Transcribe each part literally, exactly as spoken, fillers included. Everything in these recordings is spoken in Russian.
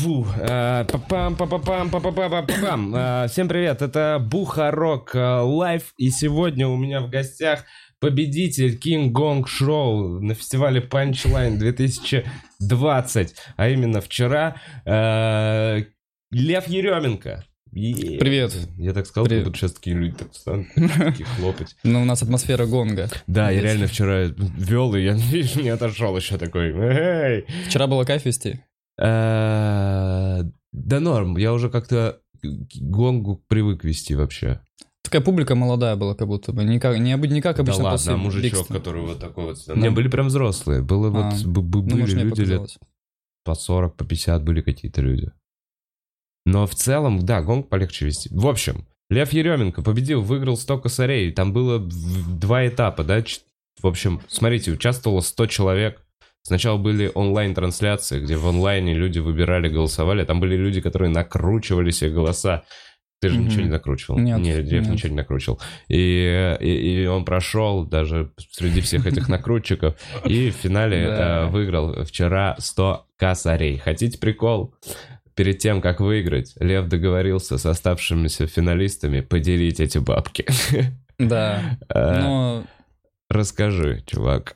Фу, а, папам, папапам, папапам, папам. А, Всем привет, это Бухарок Лайв, и сегодня у меня в гостях победитель King Gong Show на фестивале Punchline две тысячи двадцать, а именно вчера а, Лев Еременко. Yeah. Привет. Я так сказал, как будто сейчас такие люди так встанут, такие хлопать. Ну, у нас атмосфера гонга. Да, я реально вчера вел, и я, видишь, не отошел еще такой. Эй! Вчера было кайф вести? Да норм, я уже как-то гонгу привык вести вообще. Такая публика молодая была, как будто бы, не как, не, не как обычно. Да ладно, после мужичок, бегства. который вот такой вот... Да. Не, были прям взрослые, было а, вот, б- б- были ну, может, люди лет по сорок, по пятьдесят были какие-то люди. Но в целом, да, гонг полегче вести. В общем, Лев Еременко победил, выиграл сто косарей, там было два этапа, да? В общем, смотрите, участвовало сто человек. Сначала были онлайн-трансляции, где в онлайне люди выбирали, голосовали. Там были люди, которые накручивали себе голоса. Ты же mm-hmm. ничего не накручивал? Нет. Нет, Лев нет. ничего не накручивал. И, и, и он прошел даже среди всех этих накрутчиков. И в финале э, выиграл вчера сто косарей. Хотите прикол? Перед тем, как выиграть, Лев договорился с оставшимися финалистами поделить эти бабки. Да, но... Расскажи, чувак.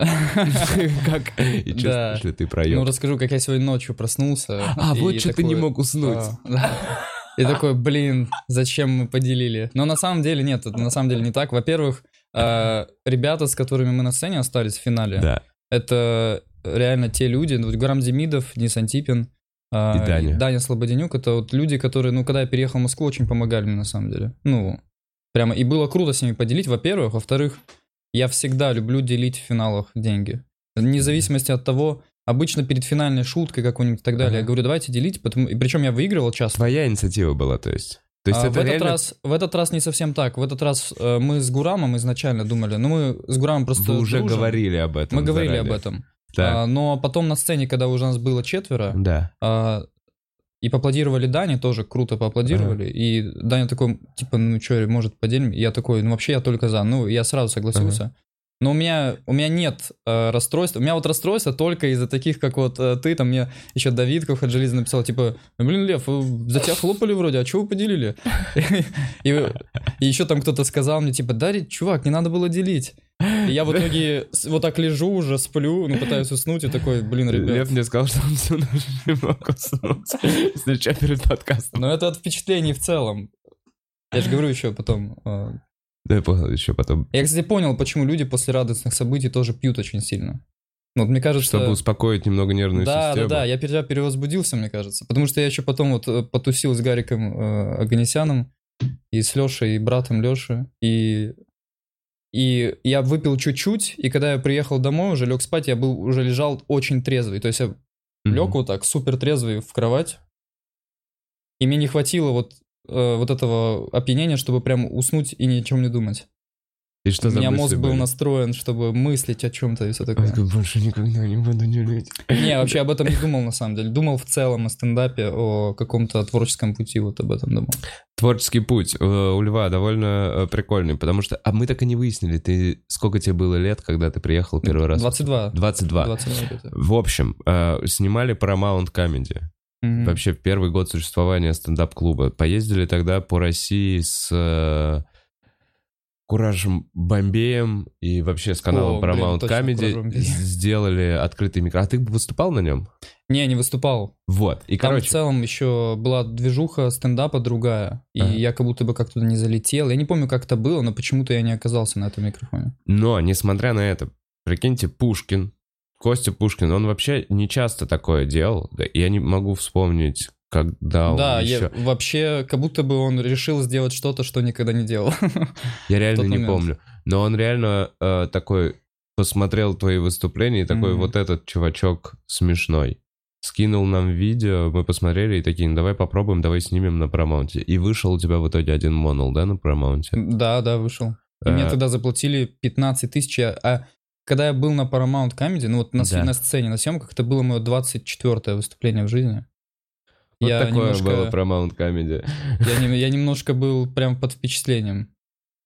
Как? И чувствуешь ли ты проеб? Ну, расскажу, как я сегодня ночью проснулся. А, вот что ты не мог уснуть. И такой, блин, зачем мы поделили? Но на самом деле нет, это на самом деле не так. Во-первых, ребята, с которыми мы на сцене остались в финале, это реально те люди, Гурам Демидов, Денис Антипин, и Даня. Даня Слободенюк, это вот люди, которые, ну, когда я переехал в Москву, очень помогали мне на самом деле. Ну, прямо, и было круто с ними поделить, во-первых. Во-вторых, я всегда люблю делить в финалах деньги. Вне зависимости от того, обычно перед финальной шуткой какой-нибудь и так далее, ага. я говорю, давайте делить, потому... и причем я выигрывал часто. Твоя инициатива была, то есть? То есть а, это в, реально... этот раз, в этот раз не совсем так. В этот раз э, мы с Гурамом изначально думали, ну мы с Гурамом просто Вы уже дружим. говорили об этом. Мы говорили заранее. об этом. А, но потом на сцене, когда уже нас было четверо, да. а, и поаплодировали Дане, тоже круто поаплодировали. Ага. И Даня такой, типа, ну что, может, поделим? И я такой, ну вообще я только за. Ну, я сразу согласился. Ага. Но у меня, у меня нет э, расстройства. У меня вот расстройство только из-за таких, как вот э, ты, там мне еще Давидков Хаджалидзе написал, типа, блин, Лев, за тебя хлопали вроде, а чего вы поделили? И еще там кто-то сказал мне, типа, да, чувак, не надо было делить. И я в итоге вот так лежу уже, сплю, ну, пытаюсь уснуть, и такой, блин, ребят. Лев мне сказал, что он всю ночь не мог уснуть, встречая перед подкастом. Но это от впечатлений в целом. Я же говорю еще потом... Да, я понял, еще потом. Я, кстати, понял, почему люди после радостных событий тоже пьют очень сильно. Ну, вот, мне кажется... Чтобы успокоить немного нервную да, систему. Да, да, да, я пере- перевозбудился, мне кажется. Потому что я еще потом вот потусил с Гариком э, Оганесяном и с Лешей, и братом Леши. И... и я выпил чуть-чуть, и когда я приехал домой, уже лег спать, я был уже лежал очень трезвый. То есть я mm-hmm. лег вот так, супер трезвый в кровать. И мне не хватило вот... вот этого опьянения, чтобы прям уснуть и ни о чем не думать. И что У за меня мозг был были? настроен, чтобы мыслить о чем-то и все такое. Я больше никогда не буду делить. Не, вообще об этом не думал на самом деле. Думал в целом о стендапе, о каком-то творческом пути, вот об этом думал. Творческий путь у Льва довольно прикольный, потому что... А мы так и не выяснили, ты сколько тебе было лет, когда ты приехал первый раз? двадцать два. двадцать два. двадцать два. В общем, снимали Paramount Comedy. Mm-hmm. Вообще в первый год существования стендап-клуба. Поездили тогда по России с э, Куражем Бомбеем и вообще с каналом О, Paramount блин, Comedy. Сделали открытый микро. А ты выступал на нем? Не, не выступал. Вот. И, Там короче... в целом еще была движуха стендапа другая. И ага. я как будто бы как-то не залетел. Я не помню, как это было, но почему-то я не оказался на этом микрофоне. Но, несмотря на это, прикиньте, Пушкин, Костя Пушкин, он вообще не часто такое делал, да, я не могу вспомнить, когда он да, еще... Да, вообще, как будто бы он решил сделать что-то, что никогда не делал. Я реально не помню. Но он реально э, такой посмотрел твои выступления и такой, mm-hmm. вот этот чувачок смешной. Скинул нам видео, мы посмотрели и такие, ну давай попробуем, давай снимем на Paramount. И вышел у тебя в итоге один монол, да, на Paramount? Да, да, вышел. И а... мне тогда заплатили пятнадцать тысяч, а... Когда я был на Paramount Comedy, ну вот на, да. на сцене, на съемках, это было мое двадцать четвёртое выступление в жизни. Вот я такое немножко, было Paramount Comedy. Я, я немножко был прям под впечатлением.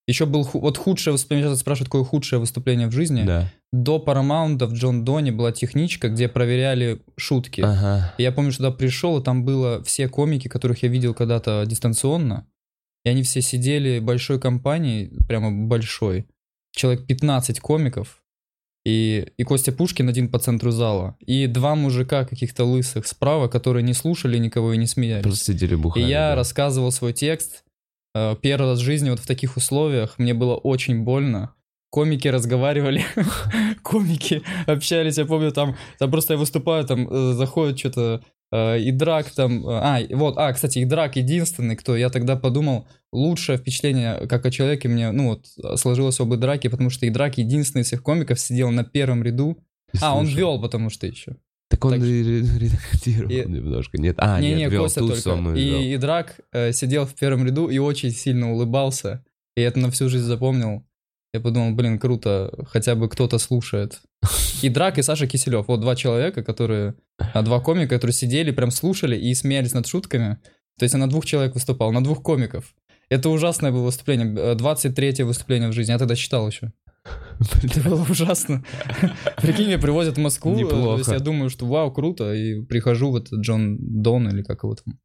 Еще был ху- вот худшее выступление, сейчас спрашивают, какое худшее выступление в жизни. Да. До Paramount в Джон Доне была техничка, где проверяли шутки. Ага. И я помню, что туда пришел, и там было все комики, которых я видел когда-то дистанционно. И они все сидели большой компанией, прямо большой. Человек пятнадцать комиков. И, и Костя Пушкин один по центру зала. И два мужика каких-то лысых справа, которые не слушали никого и не смеялись. Просто сидели бухали. И я да. рассказывал свой текст. Первый раз в жизни вот в таких условиях. Мне было очень больно. Комики разговаривали, комики общались. Я помню, там, там просто я выступаю, там заходит что-то и Драк там... А, вот, а, кстати, и Драк единственный, кто... Я тогда подумал, лучшее впечатление, как о человеке мне, ну вот, сложилось об Идраке, потому что Идрак единственный из всех комиков сидел на первом ряду. И а, слушай. Он вел, потому что еще. Так он так... редактировал и... немножко. Нет, а, не, нет, не, вел Костя ту только. самую И, вел. и Драк э, сидел в первом ряду и очень сильно улыбался. И это на всю жизнь запомнил. Я подумал, блин, круто, хотя бы кто-то слушает. И Драк, и Саша Киселев. Вот два человека, которые... А два комика, которые сидели, прям слушали и смеялись над шутками. То есть я на двух человек выступал, на двух комиков. Это ужасное было выступление. двадцать третье выступление в жизни. Я тогда читал еще. Это было ужасно. Прикинь, меня привозят в Москву. Неплохо. То есть я думаю, что вау, круто. И прихожу в этот Джон Дон или как его там.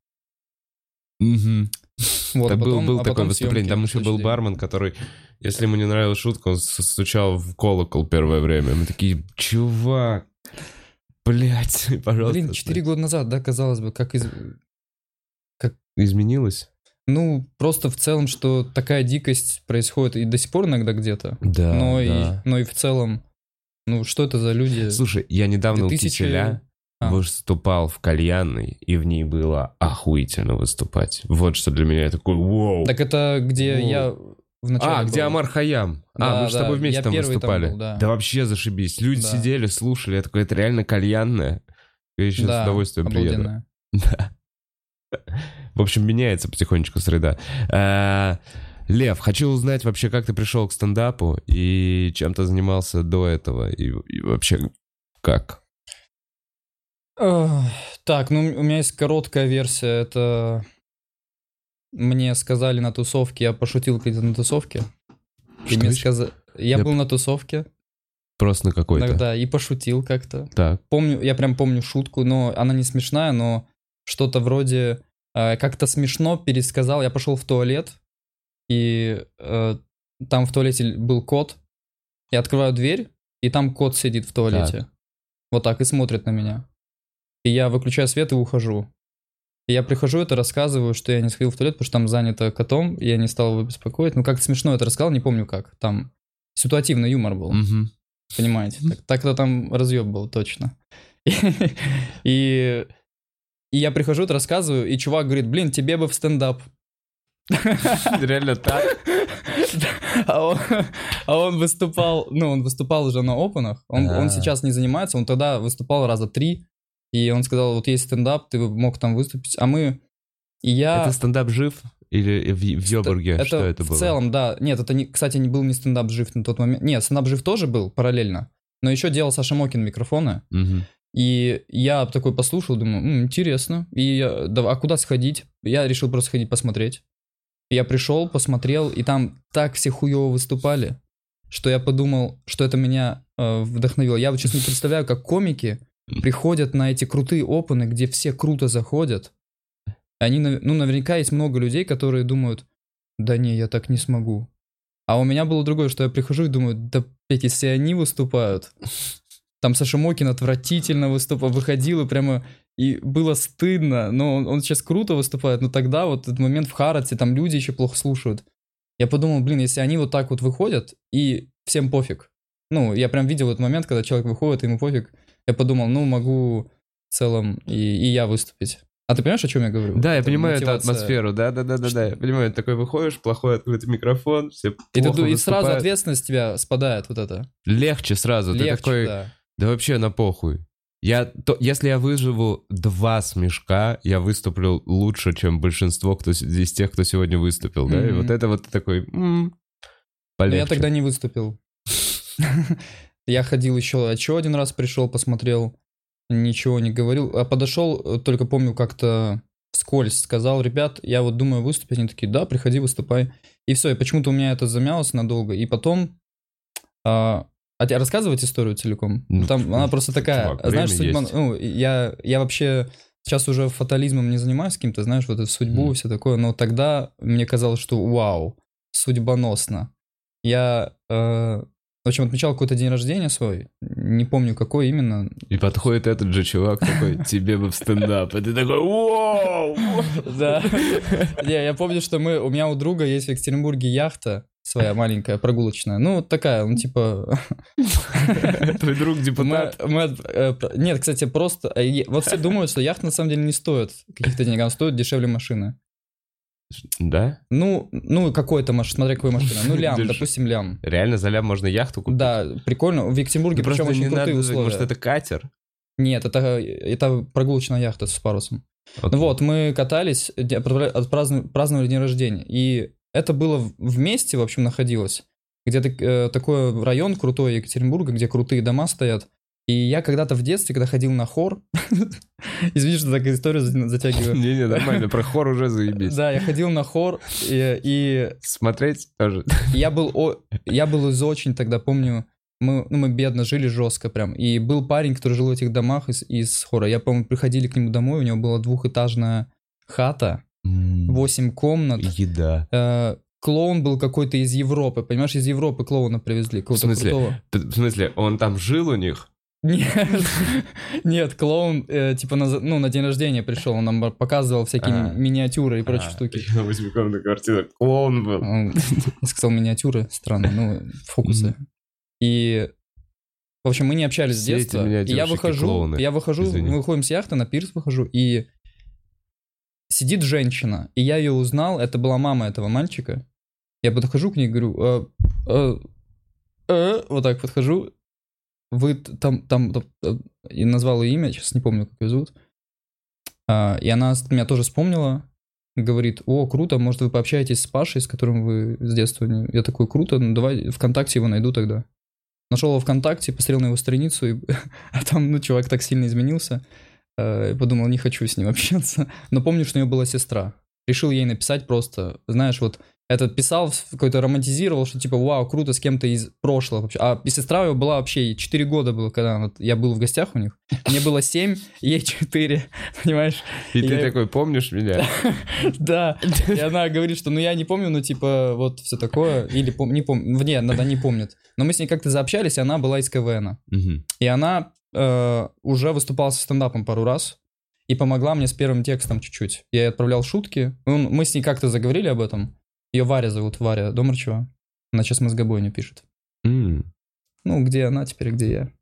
Угу. Вот, да, а потом, был был а такое выступление. Там еще был день. бармен, который, если ему не нравилась шутка, он стучал в колокол первое время. Мы такие, чувак, блядь, пожалуйста. Блин, четыре года назад, да, казалось бы, как из... Как изменилось? Ну, просто в целом, что такая дикость происходит и до сих пор иногда где-то. Да, но, да. И, но и в целом, ну, что это за люди? Слушай, я недавно две у тысячи... Киселя а. выступал в кальянной, и в ней было охуительно выступать. Вот что для меня такой, вау. Так это где Воу. я вначале А, был. где Амар Хайям. Да, а, мы же да, с тобой вместе я там выступали. Там был, да. да вообще зашибись. Люди да. сидели, слушали. Я такой, это реально кальянная. Я еще да, с удовольствием приеду. Да. В общем, меняется потихонечку среда. А, Лев, хочу узнать вообще, как ты пришел к стендапу и чем ты занимался до этого, и, и вообще как? Так, ну у меня есть короткая версия. Это мне сказали на тусовке, я пошутил где-то на тусовке. И мне сказали, я, я был на тусовке. Просто на какой-то. Да, и пошутил как-то. Так. Помню, я прям помню шутку, но она не смешная, но что-то вроде э, как-то смешно пересказал. Я пошел в туалет, и э, там в туалете был кот. Я открываю дверь, и там кот сидит в туалете. Так. Вот так и смотрит на меня. И я выключаю свет и ухожу. И я прихожу, это рассказываю, что я не сходил в туалет, потому что там занято котом, и я не стал его беспокоить. Ну, как-то смешно это рассказал, не помню как. Там ситуативный юмор был. Угу. Понимаете? Так, так-то там разъеб был, точно. И, и я прихожу, это рассказываю, и чувак говорит, блин, тебе бы в стендап. Реально так? А он, а он выступал, ну, он выступал уже на опенах. Он, он сейчас не занимается, он тогда выступал раза три. И он сказал, вот есть стендап, ты мог там выступить. А мы... И я... Это стендап жив? Или в, в Йобурге? Это, что это в было? В целом, да. Нет, это, не, кстати, не был не стендап жив на тот момент. Нет, стендап жив тоже был параллельно. Но еще делал Саша Мокин микрофоны. Угу. И я такой послушал, думаю, м, интересно. И я, да, а куда сходить? Я решил просто сходить посмотреть. И я пришел, посмотрел, и там так все хуево выступали, что я подумал, что это меня э, вдохновило. Я вот сейчас не представляю, как комики приходят на эти крутые опены, где все круто заходят. Они, ну, наверняка есть много людей, которые думают, да не, я так не смогу. А у меня было другое, что я прихожу и думаю, да, блядь, если они выступают, там Саша Мокин отвратительно выступал, выходил и прямо, и было стыдно, но он, он сейчас круто выступает, но тогда вот этот момент в Харатсе, там люди еще плохо слушают. Я подумал, блин, если они вот так вот выходят, и всем пофиг. Ну, я прям видел этот момент, когда человек выходит, ему пофиг. Я подумал, ну, могу в целом и, и я выступить. А ты понимаешь, о чем я говорю? Да, я это понимаю мотивация... эту атмосферу, да-да-да-да-да. Я понимаю, ты такой выходишь, плохой открытый микрофон, все плохо и, ты, и выступают. сразу ответственность тебя спадает вот это. Легче сразу. Легче, ты такой, да. Да вообще на похуй. Я, то, если я выживу два смешка, я выступлю лучше, чем большинство кто, из тех, кто сегодня выступил, да? Mm-hmm. И вот это вот такой... М-м, полегче. Но я тогда не выступил. Я ходил еще, еще один раз пришел, посмотрел, ничего не говорил. А подошел, только помню, как-то вскользь сказал: ребят, я вот думаю выступить. Они такие: да, приходи, выступай. И все, и почему-то у меня это замялось надолго. И потом... А, а тебе рассказывать историю целиком? Ну, там ну, она просто такая... Чувак, знаешь, судьба... Ну, я, я вообще сейчас уже фатализмом не занимаюсь каким-то, знаешь, вот эту судьбу, mm. все такое. Но тогда мне казалось, что вау, судьбоносно. Я... Э... В общем, отмечал какой-то день рождения свой, не помню, какой именно. И подходит этот же чувак такой: тебе бы в стендап. И ты такой: вау! Да. Не, я помню, что мы... У меня у друга есть в Екатеринбурге яхта своя маленькая, прогулочная. Ну, вот такая, ну, типа... Твой друг депутат? Нет, кстати, просто... Вот все думают, что яхта на самом деле не стоит каких-то денег, она стоит дешевле машины. Да? Ну, ну какой-то машина, смотря какой машина. Ну, лям, допустим, лям. Реально за лям можно яхту купить? Да, прикольно. В Екатеринбурге, причем очень крутые условия. Может, это катер? Нет, это, это прогулочная яхта с парусом. Okay. Вот, мы катались, праздновали, праздновали день рождения. И это было вместе, в общем, находилось. Где-то э, такой район крутой Екатеринбурга, где крутые дома стоят. И я когда-то в детстве, когда ходил на хор... Извини, что такая история затягиваю. Не-не, нормально, про хор уже заебись. Да, я ходил на хор, и... Смотреть тоже. Я был я был из очень тогда, помню, мы, ну, мы бедно жили, жестко прям. И был парень, который жил в этих домах из, из хора. Я, помню, приходили к нему домой, у него была двухэтажная хата, восемь комнат. Еда. Э, клоун был какой-то из Европы, понимаешь, из Европы клоуна привезли. В смысле? В смысле, он там жил у них? Нет, нет, клоун, э, типа, на, ну, на день рождения пришел, он нам показывал всякие а, миниатюры и прочие а, штуки. На восьмикомнатной квартире клоун был. Он сказал миниатюры, странно, ну, фокусы. Mm-hmm. И, в общем, мы не общались с детства. И я выхожу, клоуны. я выхожу, Извини. мы выходим с яхты, на пирс выхожу, и сидит женщина, и я ее узнал, это была мама этого мальчика. Я подхожу к ней и говорю, э, э, э, вот так подхожу. Вы там, там, там, и назвал ее имя, сейчас не помню, как ее зовут. А, и она меня тоже вспомнила, говорит: о, круто, может, вы пообщаетесь с Пашей, с которым вы с детства... Не... Я такой: круто, ну давай ВКонтакте его найду тогда. Нашел его ВКонтакте, посмотрел на его страницу, и... а там, ну, чувак так сильно изменился. Я подумал, не хочу с ним общаться. Но помню, что у нее была сестра. Решил ей написать просто, знаешь, вот этот писал, какой-то романтизировал, что типа, вау, круто, с кем-то из прошлого вообще. А сестра его была вообще, четыре года было, когда вот, я был в гостях у них. Мне было семь, ей четыре, понимаешь? И, и ты я... такой: помнишь меня? Да. И она говорит, что ну я не помню, ну типа вот все такое. Или не помню, не, она не помнит. Но мы с ней как-то заобщались, и она была из КВНа. И она уже выступала со стендапом пару раз. И помогла мне с первым текстом чуть-чуть. Я ей отправлял шутки. Мы с ней как-то заговорили об этом. Ее Варя зовут, Варя Домарчева. Она сейчас мозгобойню пишет. Mm. Ну, где она теперь, где я?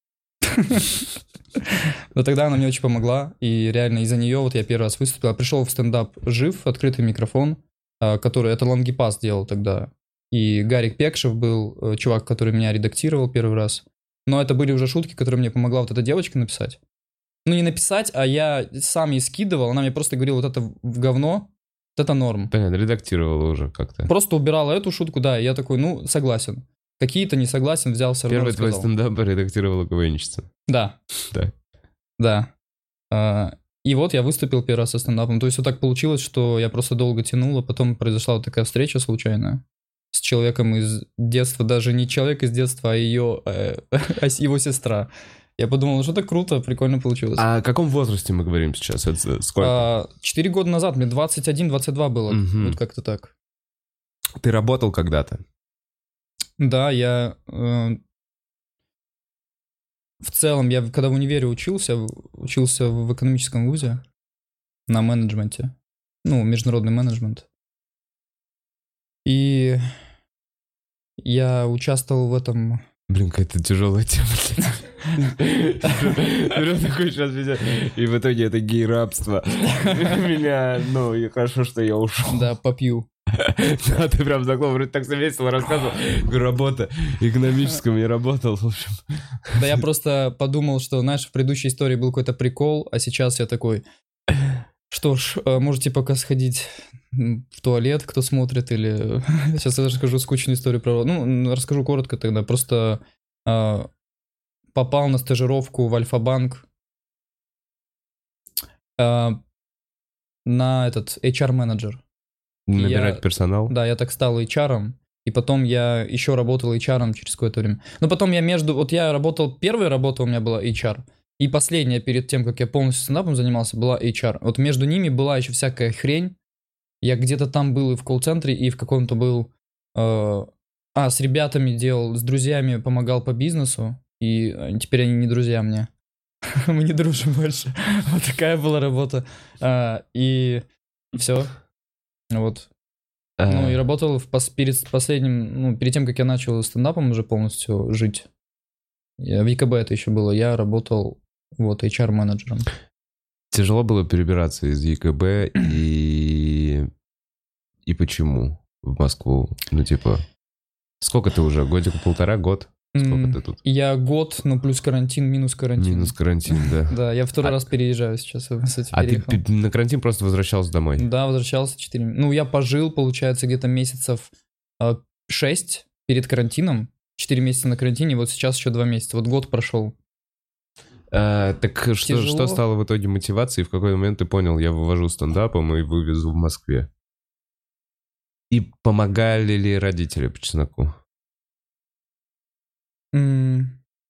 Но тогда она мне очень помогла. И реально из-за нее вот я первый раз выступил. Пришел в стендап жив, открытый микрофон, который... Это Лангипас делал тогда. И Гарик Пекшев был чувак, который меня редактировал первый раз. Но это были уже шутки, которые мне помогла вот эта девочка написать. Ну, не написать, а я сам ей скидывал. Она мне просто говорила: вот это в говно. Вот это норм. Понятно, редактировала уже как-то. Просто убирала эту шутку, да, и я такой: ну, согласен. Какие-то не согласен, взял все равно. Первый твой стендап редактировала КВНщица. Да. Да. Да. А, и вот я выступил первый раз со стендапом. То есть вот так получилось, что я просто долго тянул, а потом произошла вот такая встреча случайная с человеком из детства, даже не человек из детства, а ее, э, а его сестра. Я подумал, что это круто, прикольно получилось. А о каком возрасте мы говорим сейчас? Это сколько? Четыре года назад, мне двадцать один двадцать два было, угу. Вот как-то так. Ты работал когда-то? Да, я... Э, в целом, я когда в универе учился, учился в экономическом вузе на менеджменте. Ну, международный менеджмент. И я участвовал в этом... Блин, какая-то тяжелая тема. такой сейчас меня... И в итоге это гей-рабство. Меня, ну, и хорошо, что я ушел. Да, попью. Да, ты прям заклон, вроде так все весело рассказывал. Работа экономическая, я работал, в общем. Да я просто подумал, что, знаешь, в предыдущей истории был какой-то прикол, а сейчас я такой... Что ж, можете пока сходить в туалет, кто смотрит, или... Сейчас я расскажу скучную историю про... Ну, расскажу коротко тогда. Просто э, попал на стажировку в Альфа-банк. Э, на этот эйч ар-менеджер. Набирать я, персонал? Да, я так стал эйч ар-ом, и потом я еще работал эйч ар-ом через какое-то время. Но потом я между... Вот я работал... Первая работа у меня была эйч ар, и последняя перед тем, как я полностью стендапом занимался, была эйч ар. Вот между ними была еще всякая хрень. Я где-то там был и в колл-центре, и в каком-то был... Э, а, с ребятами делал, с друзьями помогал по бизнесу, и теперь они не друзья мне. Мы не дружим больше. Вот такая была работа. А, и все. Вот. Ну и работал в пос- перед последним, ну, перед тем, как я начал стендапом уже полностью жить. Я, в ЕКБ это еще было. Я работал вот эйч ар-менеджером. Тяжело было перебираться из ЕКБ и... И почему в Москву? Ну, типа... Сколько ты уже? Годик полтора, год? Сколько ты тут? Я год, ну, плюс карантин, минус карантин. Минус карантин, да. Да, я второй раз переезжаю сейчас, кстати, А ты на карантин просто возвращался домой? Да, возвращался четыре... Ну, я пожил, получается, где-то месяцев шесть перед карантином. четыре месяца на карантине, вот сейчас еще два месяца. Вот год прошел. А, так что, что стало в итоге мотивацией? В какой момент ты понял, я вывожу стендапом и вывезу в Москве? И помогали ли родители по чесноку? Mm.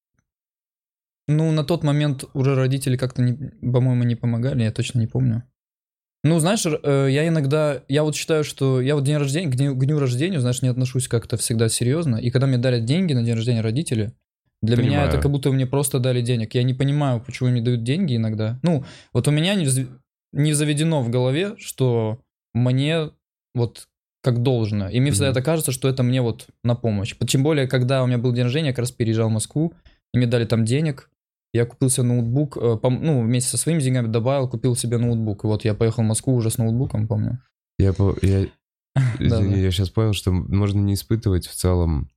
Ну, на тот момент уже родители как-то, не, по-моему, не помогали, я точно не помню. Ну, знаешь, я иногда, я вот считаю, что я вот день рождения, к дню, к дню рождения, знаешь, не отношусь как-то всегда серьезно. И когда мне дарят деньги на день рождения родители, для Понимаю. меня это как будто мне просто дали денег. Я не понимаю, почему мне дают деньги иногда. Ну, вот у меня не, не заведено в голове, что мне вот как должно. И мне всегда mm-hmm. это кажется, что это мне вот на помощь. Тем более, когда у меня был день рождения, я как раз переезжал в Москву, и мне дали там денег. Я купил себе ноутбук, ну, вместе со своими деньгами добавил, купил себе ноутбук. И вот я поехал в Москву уже с ноутбуком, помню. Я, я, извини, я сейчас понял, что можно не испытывать в целом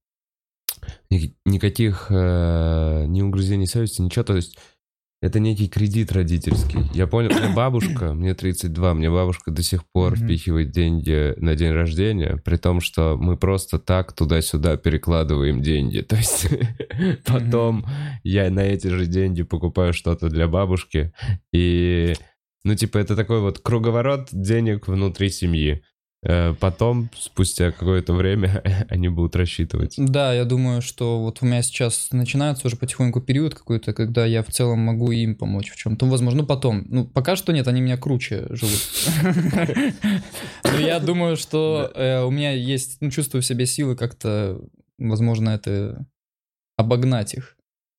никаких э, ни угрызений совести, ничего. То есть это некий кредит родительский. Я понял, мне бабушка, мне тридцать два, мне бабушка до сих пор mm-hmm. впихивает деньги на день рождения, при том, что мы просто так туда-сюда перекладываем деньги. То есть потом mm-hmm. я на эти же деньги покупаю что-то для бабушки. И, ну, типа, это такой вот круговорот денег внутри семьи. Потом, спустя какое-то время, они будут рассчитывать. Да, я думаю, что вот у меня сейчас начинается уже потихоньку период какой-то, когда я в целом могу им помочь в чем-то. Возможно, потом. Ну, пока что нет, они меня круче живут. Но я думаю, что у меня есть, ну, чувствую в себе силы как-то, возможно, это обогнать их.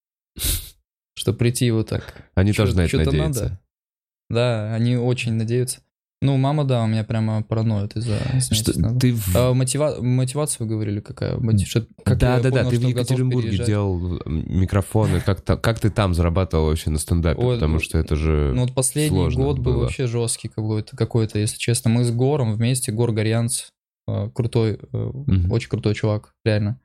Что прийти вот так. Они тоже на это надеются. Да, они очень надеются. Ну, мама, да, у меня прямо параноид из-за... Что, ты в... а, мотива... Мотивацию говорили, какая? Мотив... Как да, да, понял, да, ты в Екатеринбурге делал микрофоны. Как, как ты там зарабатывал вообще на стендапе? Ой, потому что это же Ну, вот последний год был было. вообще жесткий какой-то, какой-то, если честно. Мы с Гором вместе, Гор Горянц, крутой, mm-hmm. очень крутой чувак, реально.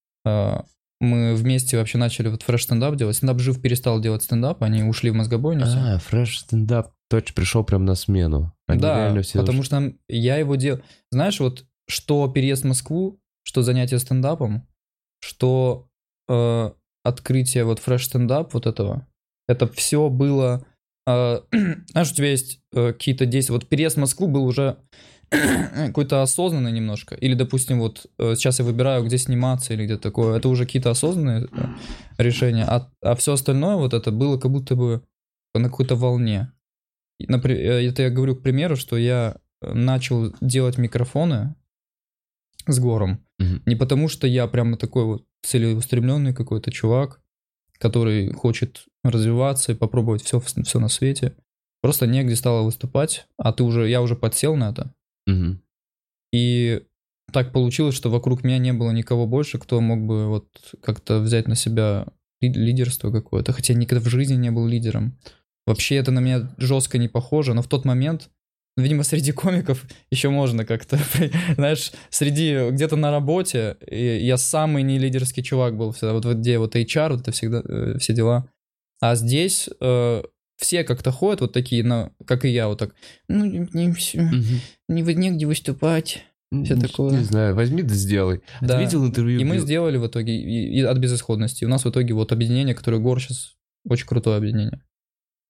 Мы вместе вообще начали вот фреш-стендап делать. Стендап жив перестал делать стендап, они ушли в мозгобойню. А, фреш-стендап точно пришел прям на смену. Они да, все потому уж... что я его делал... Знаешь, вот что переезд в Москву, что занятие стендапом, что э, открытие вот фреш-стендап вот этого, это все было... Э, знаешь, у тебя есть э, какие-то действия... Вот переезд в Москву был уже какой-то осознанный немножко. Или, допустим, вот э, сейчас я выбираю, где сниматься или где-то такое. Это уже какие-то осознанные э, решения. А, а все остальное вот это было как будто бы на какой-то волне. Например, это я говорю, к примеру, что я начал делать микрофоны с Гором. Mm-hmm. Не потому, что я прямо такой вот целеустремленный какой-то чувак, который хочет развиваться и попробовать все, все на свете. Просто негде стало выступать, а ты уже, я уже подсел на это. Mm-hmm. И так получилось, что вокруг меня не было никого больше, кто мог бы вот как-то взять на себя лидерство какое-то. Хотя я никогда в жизни не был лидером. Вообще это на меня жестко не похоже, но в тот момент, видимо, среди комиков еще можно как-то, знаешь, среди, где-то на работе, я самый не лидерский чувак был всегда, вот где вот эйч ар, вот это всегда, э, все дела. А здесь э, все как-то ходят вот такие, ну, как и я, вот так, ну, не, все, угу. не, негде выступать. Все такое. Не знаю, возьми да сделай. Да. Ты видел интервью? И мы сделали в итоге и, и от безысходности. У нас в итоге вот объединение, которое Гор сейчас, очень крутое объединение.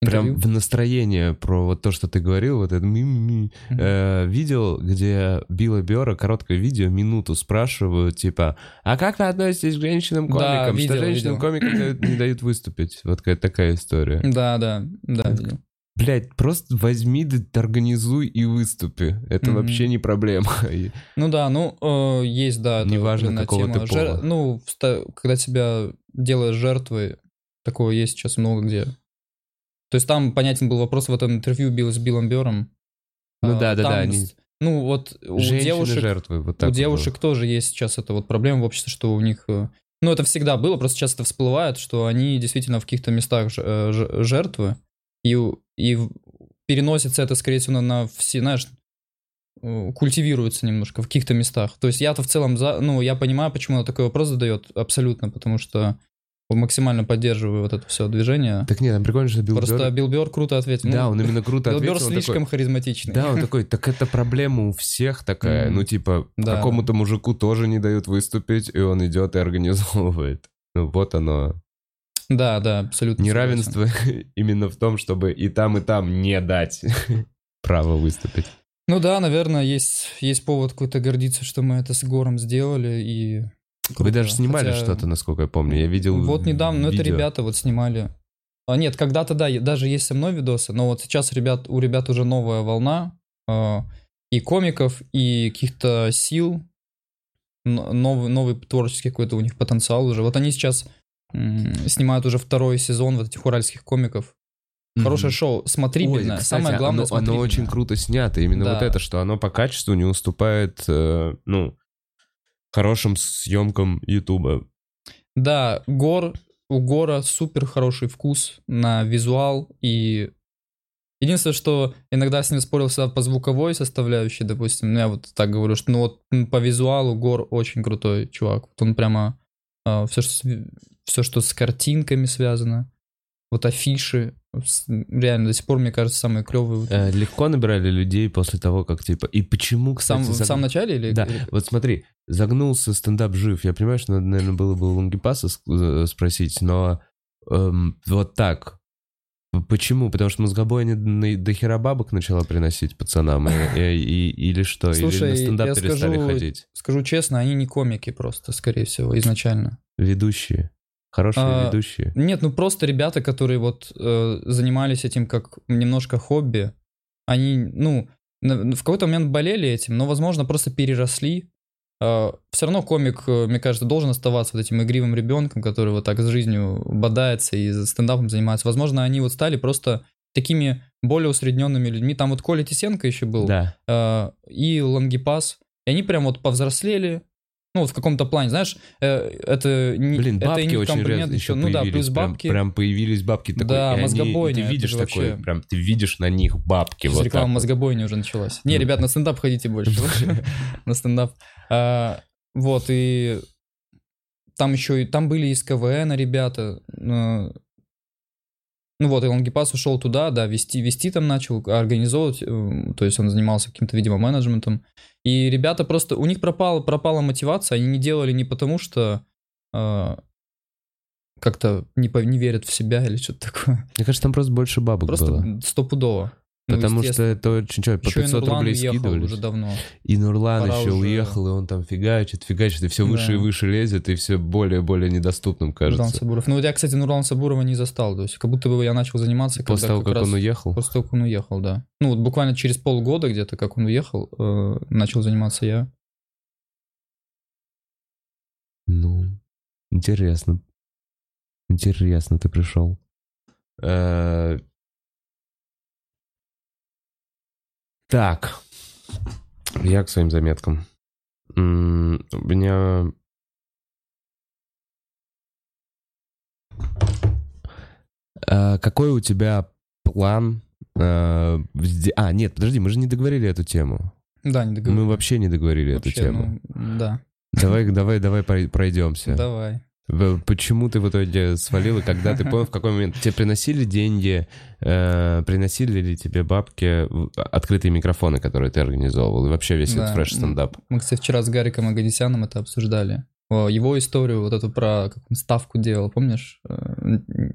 Прям в настроение про вот то, что ты говорил, вот это ми-ми-ми. Mm-hmm. Э, видел, где Билла Бёрра, короткое видео, минуту спрашивают, типа, а как вы относитесь к женщинам-комикам? Да, видел, что женщинам-комикам дают, не дают выступить. Вот какая-то такая история. Да, да, да, видел. Блядь, просто возьми, да, организуй и выступи. Это mm-hmm. вообще не проблема. Ну да, ну, э, есть, да. Неважно, какого тема. ты пола. Жер... Ну, когда тебя делаешь жертвой, такого есть сейчас много где. То есть там понятен был вопрос в этом интервью Билл с Биллом Бёрром. Ну да, да, да. Они... Ну вот у девушек, жертвы, вот так у девушек было. Тоже есть сейчас эта вот проблема в обществе, что у них... Ну это всегда было, просто сейчас это всплывает, что они действительно в каких-то местах жертвы, и, и переносится это, скорее всего, на, на все, знаешь, культивируется немножко в каких-то местах. То есть я-то в целом, за, ну я понимаю, почему он такой вопрос задает, абсолютно, потому что максимально поддерживаю вот это все движение. Так нет, там прикольно, что Билл Просто Бёрр... Билл Бёрр круто ответил. Да, ну, он именно круто Билл ответил. Билл Бёрр слишком такой... харизматичный. Да, он такой, так это проблема у всех такая. Mm. Ну типа, да. какому-то мужику тоже не дают выступить, и он идет и организовывает. Ну вот оно. Да, да, абсолютно. Неравенство именно в том, чтобы и там, и там не дать право выступить. Ну да, наверное, есть, есть повод какой-то гордиться, что мы это с Гором сделали, и... Круто. Вы даже снимали Хотя... что-то, насколько я помню. Я видел Вот недавно, ну видео. Это ребята вот снимали. А, нет, когда-то, да, даже есть со мной видосы, но вот сейчас ребят, у ребят уже новая волна э, и комиков, и каких-то сил, новый, новый творческий какой-то у них потенциал уже. Вот они сейчас м- снимают уже второй сезон вот этих уральских комиков. Хорошее mm-hmm. шоу, смотрибельное. Ой, кстати, Самое главное, оно, оно очень круто снято. Именно да. вот это, что оно по качеству не уступает, э, ну... хорошим съемкам Ютуба. Да, Гор, у Гора супер хороший вкус на визуал, и единственное, что иногда с ним спорил всегда по звуковой составляющей, допустим, ну я вот так говорю, что ну вот по визуалу Гор очень крутой чувак, вот он прямо э, все, что, все, что с картинками связано, вот афиши, реально до сих пор, мне кажется, самые клевые. Э, легко набирали людей после того, как типа... И почему, кстати... Сам, заг... В самом начале или... Да, вот смотри, загнулся стендап жив. Я понимаю, что надо, наверное, было бы у Лонгипаса спросить, но эм, вот так. Почему? Потому что мозгобой не до хера бабок начала приносить пацанам? И, и, и, или что? Слушай, или на стендап я перестали скажу, ходить? Скажу честно, они не комики просто, скорее всего, изначально. Ведущие. Хорошие а, ведущие. Нет, ну просто ребята, которые вот э, занимались этим как немножко хобби, они, ну, на, в какой-то момент болели этим, но, возможно, просто переросли. Э, все равно комик, мне кажется, должен оставаться вот этим игривым ребенком, который вот так с жизнью бодается и стендапом занимается. Возможно, они вот стали просто такими более усредненными людьми. Там вот Коля Тисенко еще был, да. э, и Лонгипас, и они прям вот повзрослели. Ну, вот в каком-то плане, знаешь, это не... Блин, это бабки не очень резко еще ну, появились. Да, плюс бабки. Прям, прям появились бабки такой. Да, мозгобойня. Они, ты видишь такой, вообще... прям ты видишь на них бабки. Сейчас вот реклама так мозгобойни вот. Уже началась. Не, ребят, на стендап ходите больше. На стендап. Вот, и там еще и... Там были из КВН ребята. Ну вот, и Лонгипас ушел туда, да, вести, вести там начал, организовывать, то есть он занимался каким-то, видимо, менеджментом. И ребята просто, у них пропала, пропала мотивация, они не делали не потому, что э, как-то не, не верят в себя или что-то такое. Мне кажется, там просто больше бабок просто было. Просто стопудово. Потому ну, что это очень что, по еще пятьсот рублей скидывались. Уже давно. И Нурлан Пора еще уже... уехал, и он там фигачит, фигачит, и все выше да. и выше лезет, и все более и более недоступным кажется. Нурлан Сабуров. Ну вот я, кстати, Нурлана Сабурова не застал, то есть как будто бы я начал заниматься, после когда того, как, как раз... он уехал? После того, как он уехал, да. Ну вот буквально через полгода где-то, как он уехал, э, начал заниматься я. Ну, интересно. Интересно ты пришел. Э-э- Так, я к своим заметкам. М- у меня... А, какой у тебя план? А, а, нет, подожди, мы же не договорили эту тему. Да, не договорили. Мы вообще не договорили вообще, эту тему. Ну, да. Давай, давай, давай пройдемся. Давай. Почему ты в итоге свалил, и когда ты понял, в какой момент тебе приносили деньги, э, приносили ли тебе бабки открытые микрофоны, которые ты организовывал, и вообще весь да. этот фреш-стендап? Мы, кстати, вчера с Гариком Агадисяном это обсуждали. Его историю, вот эту про как он ставку делал, помнишь?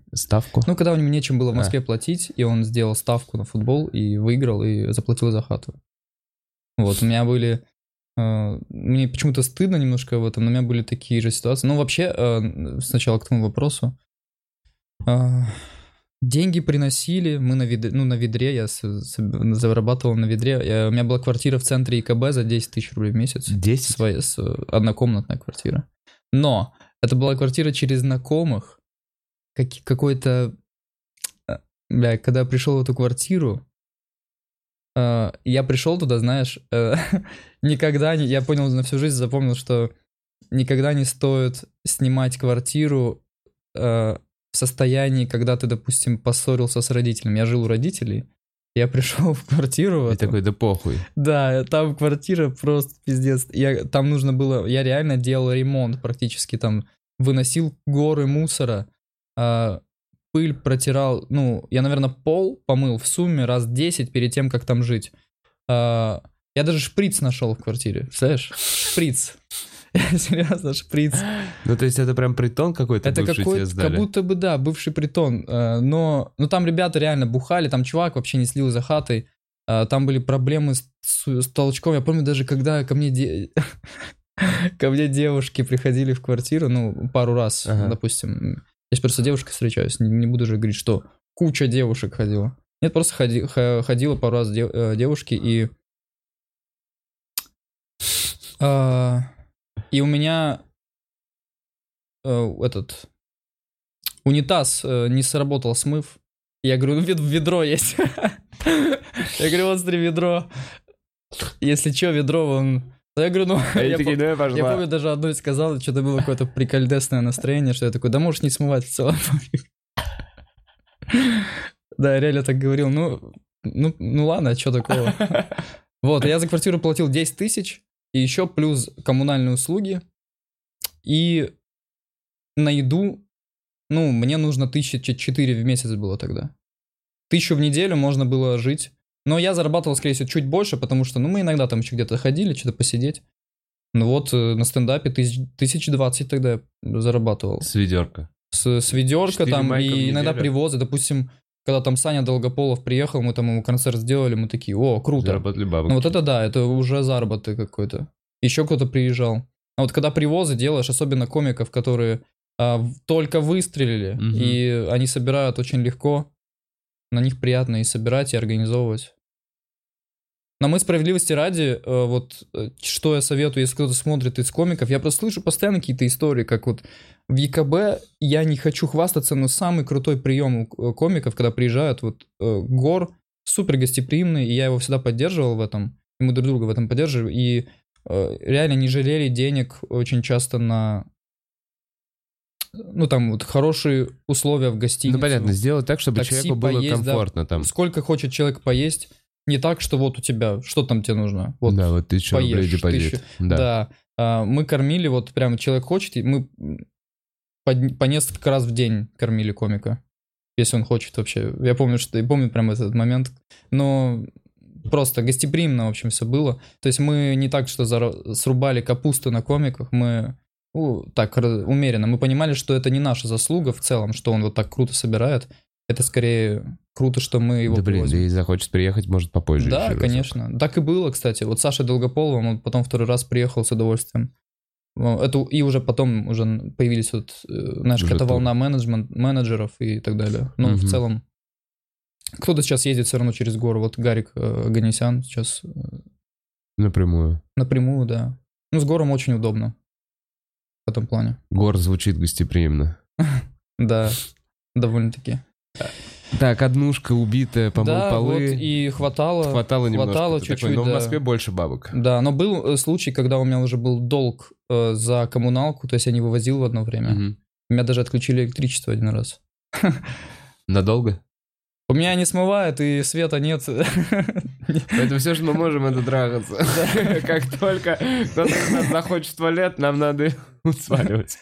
Ставку? Ну, когда у него нечем было в Москве а. платить, и он сделал ставку на футбол и выиграл, и заплатил за хату. Вот, у меня были... Э, мне почему-то стыдно немножко в этом, но у меня были такие же ситуации. Ну, вообще, э, сначала к твоему вопросу. Э, деньги приносили, мы на ведре, ну, на ведре, я с, с, зарабатывал на ведре. Я, у меня была квартира в центре ИКБ за десять тысяч рублей в месяц. десять? Своя, с, однокомнатная квартира. Но это была квартира через знакомых. Как, какой-то... Бля, когда я пришел в эту квартиру, э, я пришел туда, знаешь, э, никогда не... Я понял на всю жизнь, запомнил, что никогда не стоит снимать квартиру э, в состоянии, когда ты, допустим, поссорился с родителями. Я жил у родителей, я пришел в квартиру... И такой, да похуй. Да, там квартира просто пиздец. Я, там нужно было... Я реально делал ремонт практически, там выносил горы мусора, Uh, пыль протирал, ну, я, наверное, пол помыл в сумме раз десять перед тем, как там жить. Uh, я даже шприц нашел в квартире, представляешь? Шприц. Серьезно, шприц. Ну, то есть это прям притон какой-то это бывший тебе сдали? Как будто бы, да, бывший притон. Uh, но, ну, там ребята реально бухали, там чувак вообще не слил за хатой. Uh, там были проблемы с, с, с толчком. Я помню даже, когда ко мне... Де... ко мне девушки приходили в квартиру, ну, пару раз, ага. допустим... Я с просто девушкой встречаюсь, не, не буду же говорить, что куча девушек ходила. Нет, просто ходи, ходила пару раз дев, девушки, и... Э, и у меня э, этот унитаз э, не сработал смыв. Я говорю, ну ведро есть. Я говорю, вот смотри, ведро. Если что, ведро, вон... Я говорю, ну, я, такие, пом- ну я помню, даже одной сказал, что-то было какое-то прикольдесное настроение, что я такой, да можешь не смывать в целом. Да, я реально так говорил, ну, ну, ну ладно, а что такого? Вот, я за квартиру платил десять тысяч, и еще плюс коммунальные услуги, и на еду, ну, мне нужно тысяча четыре в месяц было тогда. Тысячу в неделю можно было жить. Но я зарабатывал, скорее всего, чуть больше, потому что, ну, мы иногда там еще где-то ходили, что-то посидеть. Ну вот, на стендапе тысяч, тысяч двадцать тогда я зарабатывал. С ведерка. С, с ведерка там, и иногда привозы. Допустим, когда там Саня Долгополов приехал, мы там ему концерт сделали, мы такие, о, круто. Заработали бабки. Ну вот это да, это уже заработок какой-то. Еще кто-то приезжал. А вот когда привозы делаешь, особенно комиков, которые а, только выстрелили, угу. и они собирают очень легко, на них приятно и собирать, и организовывать. Но мы, справедливости ради, вот что я советую, если кто-то смотрит из комиков, я просто слышу постоянно какие-то истории, как вот в ЕКБ, я не хочу хвастаться, но самый крутой прием у комиков, когда приезжают, вот Гор, супер гостеприимный, и я его всегда поддерживал в этом, и мы друг друга в этом поддерживали, и реально не жалели денег очень часто на... Ну, там вот хорошие условия в гостинице. Ну, понятно, сделать так, чтобы такси, человеку было поесть, комфортно да, там. Сколько хочет человек поесть. Не так, что вот у тебя, что там тебе нужно? Вот, да, вот тысяча рублей депозит. Да. да. А, мы кормили, вот прям человек хочет, и мы по, по несколько раз в день кормили комика, если он хочет вообще. Я помню, что, я помню прям этот момент. Но просто гостеприимно, в общем, все было. То есть мы не так, что зар... срубали капусту на комиках, мы ну, так умеренно. Мы понимали, что это не наша заслуга в целом, что он вот так круто собирает. Это скорее круто, что мы его да, блин, привозим. Да и захочет приехать, может, попозже. Да, конечно. Разок. Так и было, кстати. Вот Саша Долгополов, он потом второй раз приехал с удовольствием. Это, и уже потом уже появились вот, знаешь, какая-то волна менеджмент, менеджеров и так далее. Ну, угу. В целом, кто-то сейчас ездит все равно через гору. Вот Гарик Ганесян сейчас... Напрямую. Напрямую, да. Ну, с Гором очень удобно в этом плане. Гор звучит гостеприимно. Да, довольно-таки. Так, однушка убитая, помыл да, полы. Вот и хватало. Хватало немножко. Хватало чуть-чуть, такой, но да. в Москве больше бабок. Да, но был случай, когда у меня уже был долг э, за коммуналку, то есть я не вывозил в одно время. Угу. Меня даже отключили электричество один раз. Надолго? У меня не смывает, и света нет. Поэтому все, что мы можем, это трахаться. Как только кто-то из нас захочет в туалет, нам надо сваливать.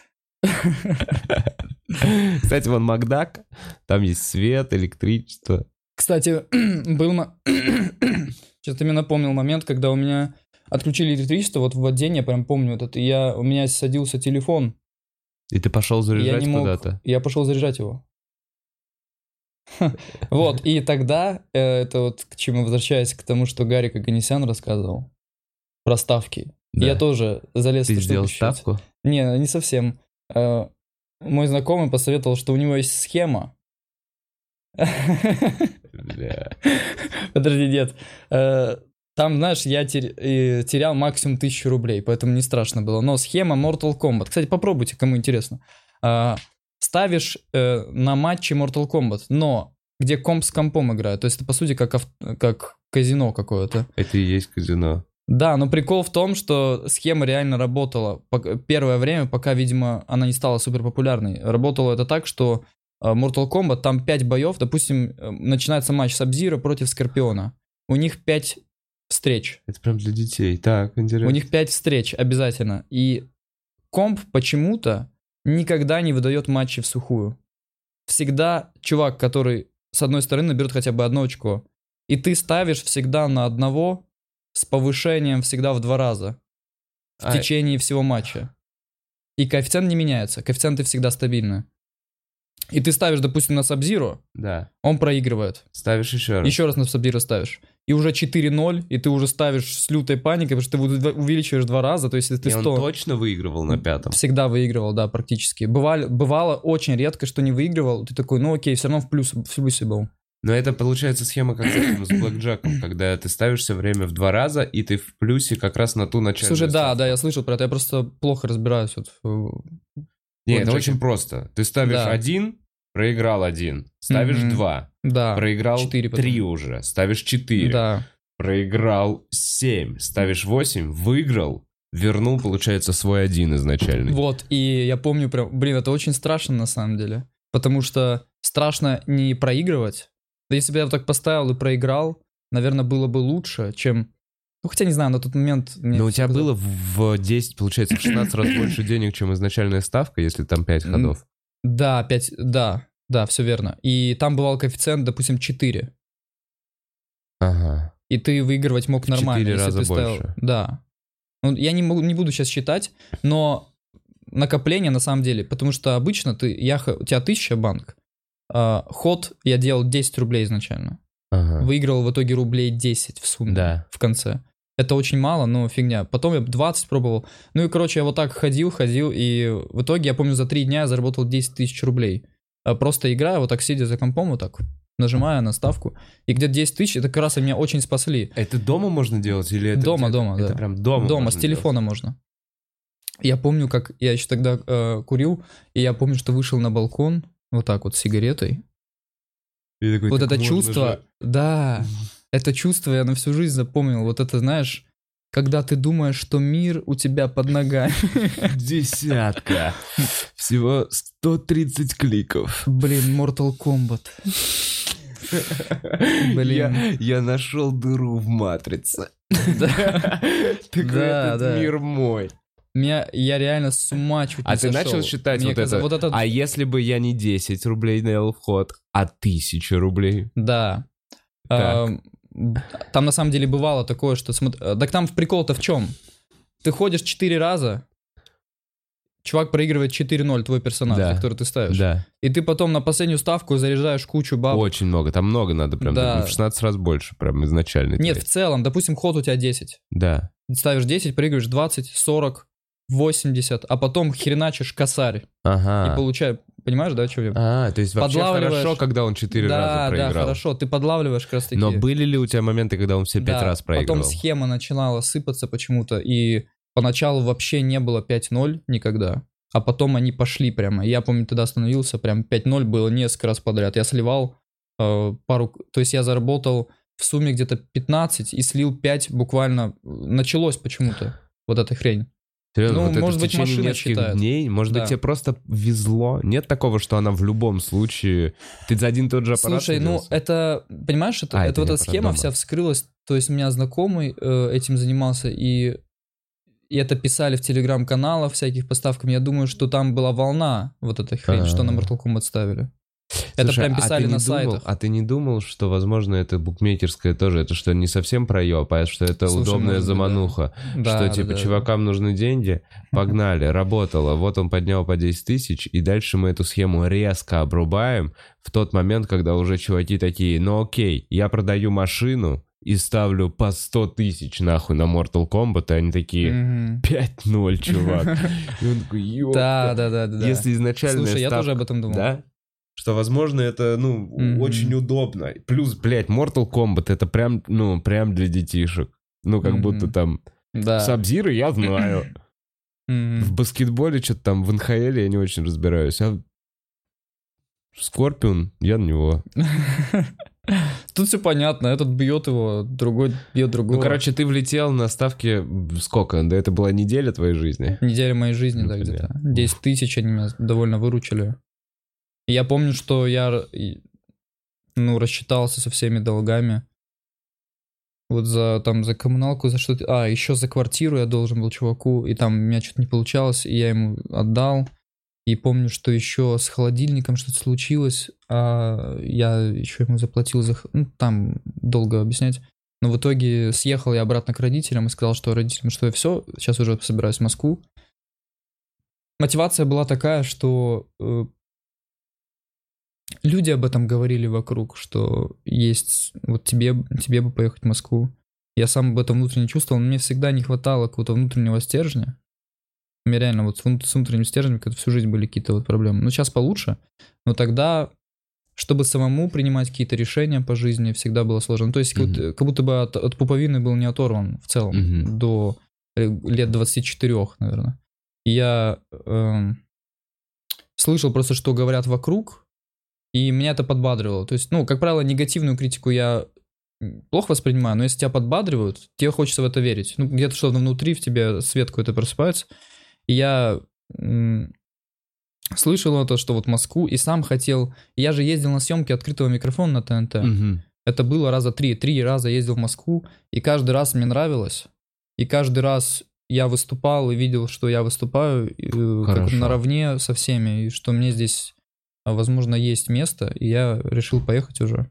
Кстати, вон Макдак, там есть свет, электричество. Кстати, был... Сейчас ты мне напомнил момент, когда у меня отключили электричество, вот в день, я прям помню этот, и я, у меня садился телефон. И ты пошел заряжать я не мог, куда-то? Я пошел заряжать его. Вот, и тогда, э, это вот к чему возвращаясь к тому, что Гарик Оганесян рассказывал про ставки. Да. Я тоже залез Ты в эту сделал штуку считать. ставку? Не, не совсем. Э, мой знакомый посоветовал, что у него есть схема. Подожди, нет. Э, там, знаешь, я тер... терял максимум тысячу рублей, поэтому не страшно было. Но схема Mortal Kombat. Кстати, попробуйте, кому интересно. Э, ставишь э, на матче Mortal Kombat, но где комп с компом играет. То есть это, по сути, как, ав... как казино какое-то. Это и есть казино. Да, но прикол в том, что схема реально работала первое время, пока, видимо, она не стала супер популярной. Работало это так, что Mortal Kombat, там пять боев, допустим, начинается матч Саб-Зиро против Скорпиона. У них пять встреч. Это прям для детей, так, интересно. У них пять встреч обязательно. И комп почему-то никогда не выдает матчи в сухую. Всегда чувак, который с одной стороны наберет хотя бы одно очко, и ты ставишь всегда на одного с повышением всегда в два раза в а... течение всего матча. И коэффициент не меняется, коэффициенты всегда стабильны. И ты ставишь, допустим, на Саб-Зиро, да. Он проигрывает. Ставишь еще раз. Еще раз на Саб-Зиро ставишь. И уже четыре ноль, и ты уже ставишь с лютой паникой, потому что ты увеличиваешь два раза, то есть если ты сто... И он точно выигрывал на пятом? Всегда выигрывал, да, практически. Бывало, бывало очень редко, что не выигрывал, ты такой, ну окей, все равно в плюс, в плюсе был. Но это получается схема как с блэкджеком, когда ты ставишь все время в два раза, и ты в плюсе как раз на ту начальную Слушай, да, ставку. да, я слышал про это, я просто плохо разбираюсь. Вот в... Нет, это очень просто. Ты ставишь да. один, проиграл один, ставишь mm-hmm. два, да. проиграл три уже, ставишь четыре, да. проиграл семь, ставишь восемь, выиграл, вернул, получается, свой один изначальный. Вот, и я помню прям, блин, это очень страшно на самом деле, потому что страшно не проигрывать. Да если бы я так поставил и проиграл, наверное, было бы лучше, чем... Ну, хотя не знаю, на тот момент... Но у тебя было в десять, получается, в шестнадцать раз больше денег, чем изначальная ставка, если там пять ходов. Да, пять, да, да, все верно. И там бывал коэффициент, допустим, четыре. Ага. И ты выигрывать мог нормально. четыре раза ты ставил... больше. Да. Ну, я не, могу, не буду сейчас считать, но накопление на самом деле, потому что обычно ты, я, у тебя тысяча банк, Uh, ход я делал десять рублей изначально. Ага. Выиграл в итоге рублей десять в сумме да. в конце. Это очень мало, но фигня. Потом я двадцать пробовал. Ну и, короче, я вот так ходил, ходил, и в итоге, я помню, за три дня я заработал десять тысяч рублей. Просто играя, вот так сидя за компом, вот так, нажимая на ставку, и где-то десять тысяч, это как раз меня очень спасли. Это дома можно делать? Или это дома, где-то... дома, это да. прям дома Дома, с телефона делать? Можно. Я помню, как я еще тогда э, курил, и я помню, что вышел на балкон, вот так вот, с сигаретой. Такой, вот это чувство, же... да, это чувство я на всю жизнь запомнил. Вот это, знаешь, когда ты думаешь, что мир у тебя под ногами. Десятка. Всего сто тридцать кликов. Блин, Mortal Kombat. Блин. Я, я нашел дыру в матрице. Да. Такой этот мир мой. Меня, я реально с ума чуть не А ты сошел. начал считать Мне вот, казалось, это, вот это... А если бы я не десять рублей делал вход, а тысяча рублей? Да. А, там на самом деле бывало такое, что... Так там в прикол-то в чем? Ты ходишь четыре раза, чувак проигрывает четыре ноль, твой персонаж, да. который ты ставишь. Да. И ты потом на последнюю ставку заряжаешь кучу бабок. Очень много, там много надо, прям да. в шестнадцать раз больше, прям изначально. Нет, в целом, допустим, ход у тебя десять. Да. Ставишь десять, проигрываешь двадцать, сорок... восемьдесят, а потом хреначишь косарь. Ага. И получаешь, понимаешь, да, что я... А, то есть вообще хорошо, когда он четыре да, раза проиграл. Да, хорошо, ты подлавливаешь как раз таки. Но были ли у тебя моменты, когда он все пять да, раз проиграл? Потом схема начинала сыпаться почему-то, и поначалу вообще не было пять ноль никогда, а потом они пошли прямо. Я помню, тогда остановился, прям пять ноль было несколько раз подряд. Я сливал э, пару... То есть я заработал в сумме где-то пятнадцать и слил пять буквально... Началось почему-то вот эта хрень. Серьезно, ну, вот может это быть, в течение машина нескольких считает. дней, может да. быть, тебе просто везло. Нет такого, что она в любом случае... Ты за один и тот же аппарат Слушай, ну, это, понимаешь, это, а, это, это вот эта схема дома. вся вскрылась. То есть у меня знакомый э, этим занимался, и, и это писали в телеграм-каналах всяких поставками. Я думаю, что там была волна вот этой хрени, А-а-а. что на Mortal Kombat ставили. Это Слушай, прям писали а на думал, сайтах. А ты не думал, что, возможно, это букмекерское тоже, это что, не совсем проеб, а что это Слушай, удобная может быть, замануха? да. Что, Да, типа, да, да, чувакам да. нужны деньги, погнали, работало, вот он поднял по десять тысяч, и дальше мы эту схему резко обрубаем в тот момент, когда уже чуваки такие, ну окей, я продаю машину, и ставлю по сто тысяч нахуй на Mortal Kombat, и они такие, пять ноль, чувак. И он такой, ёпта. Да, да, да, да. Если изначально Слушай, я ставка, тоже об этом думал. Да? Что, возможно, это, ну, Мгм. очень удобно. Плюс, блядь, Mortal Kombat, это прям, ну, прям для детишек. Ну, как Мгм. будто там... Да. Сабзиры я знаю. Мгм. В баскетболе что-то там, в эн ха эле я не очень разбираюсь. А Скорпион, я на него. Тут все понятно. Этот бьет его, другой бьет другого. Ну, короче, ты влетел на ставки сколько? Да это была неделя твоей жизни? Неделя моей жизни, Ну, да, где-то. понятно. десять тысяч они меня довольно выручили. И я помню, что я, и, ну, рассчитался со всеми долгами. Вот за, там, за коммуналку, за что-то... А, еще за квартиру я должен был чуваку, и там у меня что-то не получалось, и я ему отдал. И помню, что еще с холодильником что-то случилось, а я еще ему заплатил за... х- Ну, там долго объяснять. Но в итоге съехал я обратно к родителям и сказал, что родителям, что я все, сейчас уже собираюсь в Москву. Мотивация была такая, что э, люди об этом говорили вокруг, что есть... Вот тебе, тебе бы поехать в Москву. Я сам об этом внутренне чувствовал, но мне всегда не хватало какого-то внутреннего стержня. У меня реально вот с вну- с внутренним стержнем как-то всю жизнь были какие-то вот проблемы. Ну, сейчас получше, но тогда, чтобы самому принимать какие-то решения по жизни, всегда было сложно. Ну, то есть, как, Мгм. будто, как будто бы от, от пуповины был не оторван в целом Мгм. до э, лет двадцати четырёх, наверное. И я эм, слышал просто, что говорят вокруг, и меня это подбадривало. То есть, ну, как правило, негативную критику я м, плохо воспринимаю, но если тебя подбадривают, тебе хочется в это верить. Ну, где-то что-то внутри в тебе, свет какой-то просыпается. И я м, слышал это, что вот Москву, и сам хотел... Я же ездил на съемки открытого микрофона на тэ эн тэ. Мгм. Это было раза три. Три раза ездил в Москву, и каждый раз мне нравилось. И каждый раз я выступал и видел, что я выступаю э, как Хорошо. наравне со всеми, и что мне здесь, а, возможно, есть место, и я решил поехать уже.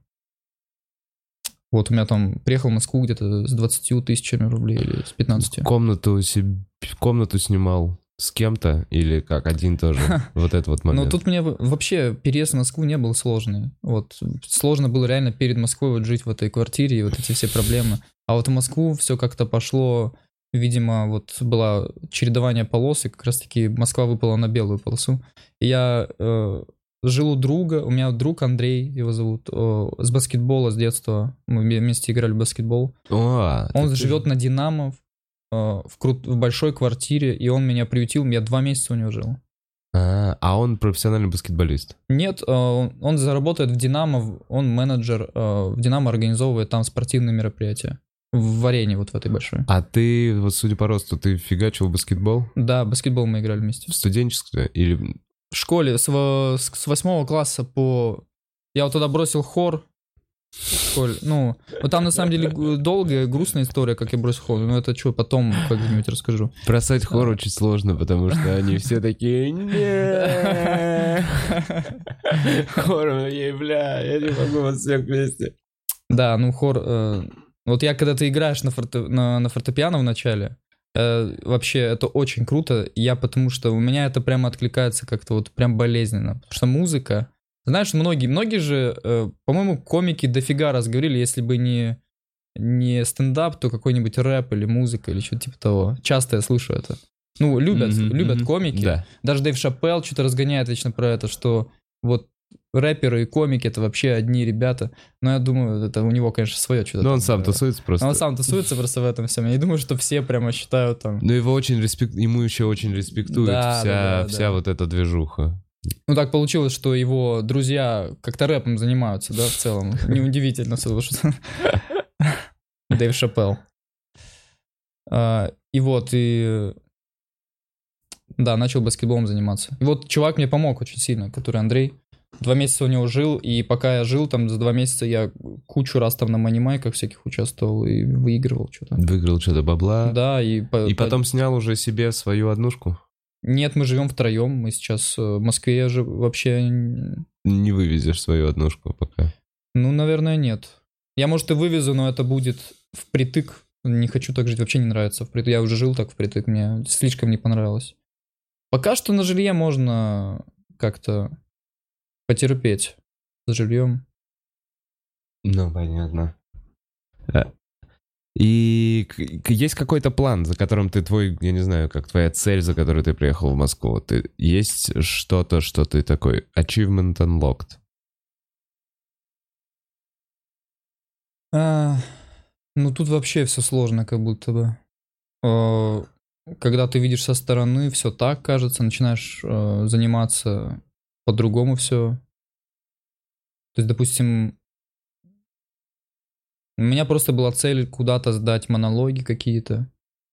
Вот у меня там приехал в Москву где-то с двадцатью тысячами рублей или с пятнадцатью. Комнату, себе, комнату снимал с кем-то или как, один тоже? Вот этот вот момент. Но тут мне в- вообще переезд в Москву не был сложный. Вот сложно было реально перед Москвой вот жить в этой квартире и вот эти все проблемы. А вот в Москву все как-то пошло, видимо, вот было чередование полос, и как раз-таки Москва выпала на белую полосу. И я э, жил у друга, у меня друг Андрей, его зовут, э, с баскетбола с детства. Мы вме- вместе играли в баскетбол. О, Он так ты- живет на Динамо э, в, крут- в большой квартире, и он меня приютил, я два месяца у него жил. А, а он профессиональный баскетболист. Нет, э, он он заработает в Динамо, в- он менеджер, э, в Динамо организовывает там спортивные мероприятия. В в арене вот в этой большой. А ты, вот судя по росту, ты фигачил в баскетбол? Да, баскетбол мы играли вместе. В студенческое? Или... В школе с, во- с с восьмого класса по... Я вот туда бросил хор в школе. Ну, вот там на самом деле г- долгая, грустная история, как я бросил хор. Но это что, потом как-нибудь расскажу. Бросать хор очень сложно, потому что они все такие, не хором, ей, бля, я не могу вас всех вместе. Да, ну хор... э, Вот я, когда ты играешь на, форте- на, на фортепиано в начале, э, вообще это очень круто. Я потому что у меня это прямо откликается как-то вот прям болезненно. Потому что музыка... Знаешь, многие, многие же, э, по-моему, комики дофига раз говорили, если бы не, не стендап, то какой-нибудь рэп или музыка или что-то типа того. Часто я слышу это. Ну, любят, Мгм, любят мгм. комики. Да. Даже Дэйв Шапелл что-то разгоняет вечно про это, что вот рэперы и комики — это вообще одни ребята. Но я думаю, это у него, конечно, свое что-то. Но он там, сам э, тусуется просто. но он сам тусуется просто в этом всем. Я не думаю, что все прямо считают там... Но его очень респект... ему еще очень респектует Да, вся, да, да, вся да. вот эта движуха. Ну, так получилось, что его друзья как-то рэпом занимаются, да, в целом. Неудивительно, потому что... Дэйв Шапелл. А, И вот, и... Да, начал баскетболом заниматься. И вот чувак мне помог очень сильно, который Андрей. Два месяца у него жил, и пока я жил там за два месяца, я кучу раз там на манимайках всяких участвовал и выигрывал что-то. Выиграл что-то бабла. Да, и... по- И по- потом снял уже себе свою однушку. Нет, мы живем втроем, мы сейчас в Москве же вообще... Не вывезешь свою однушку пока? Ну, наверное, нет. Я, может, и вывезу, но это будет впритык. Не хочу так жить, вообще не нравится впритык. Я уже жил так впритык, мне слишком не понравилось. Пока что на жилье можно как-то потерпеть с жильем. Ну, понятно. И есть какой-то план, за которым ты твой, я не знаю, как твоя цель, за которой ты приехал в Москву? Ты, есть что-то, что ты такой achievement unlocked? А, ну, тут вообще все сложно, как будто бы. О, когда ты видишь со стороны, все так кажется, начинаешь э, заниматься по-другому все. То есть, допустим, у меня просто была цель куда-то сдать монологи какие-то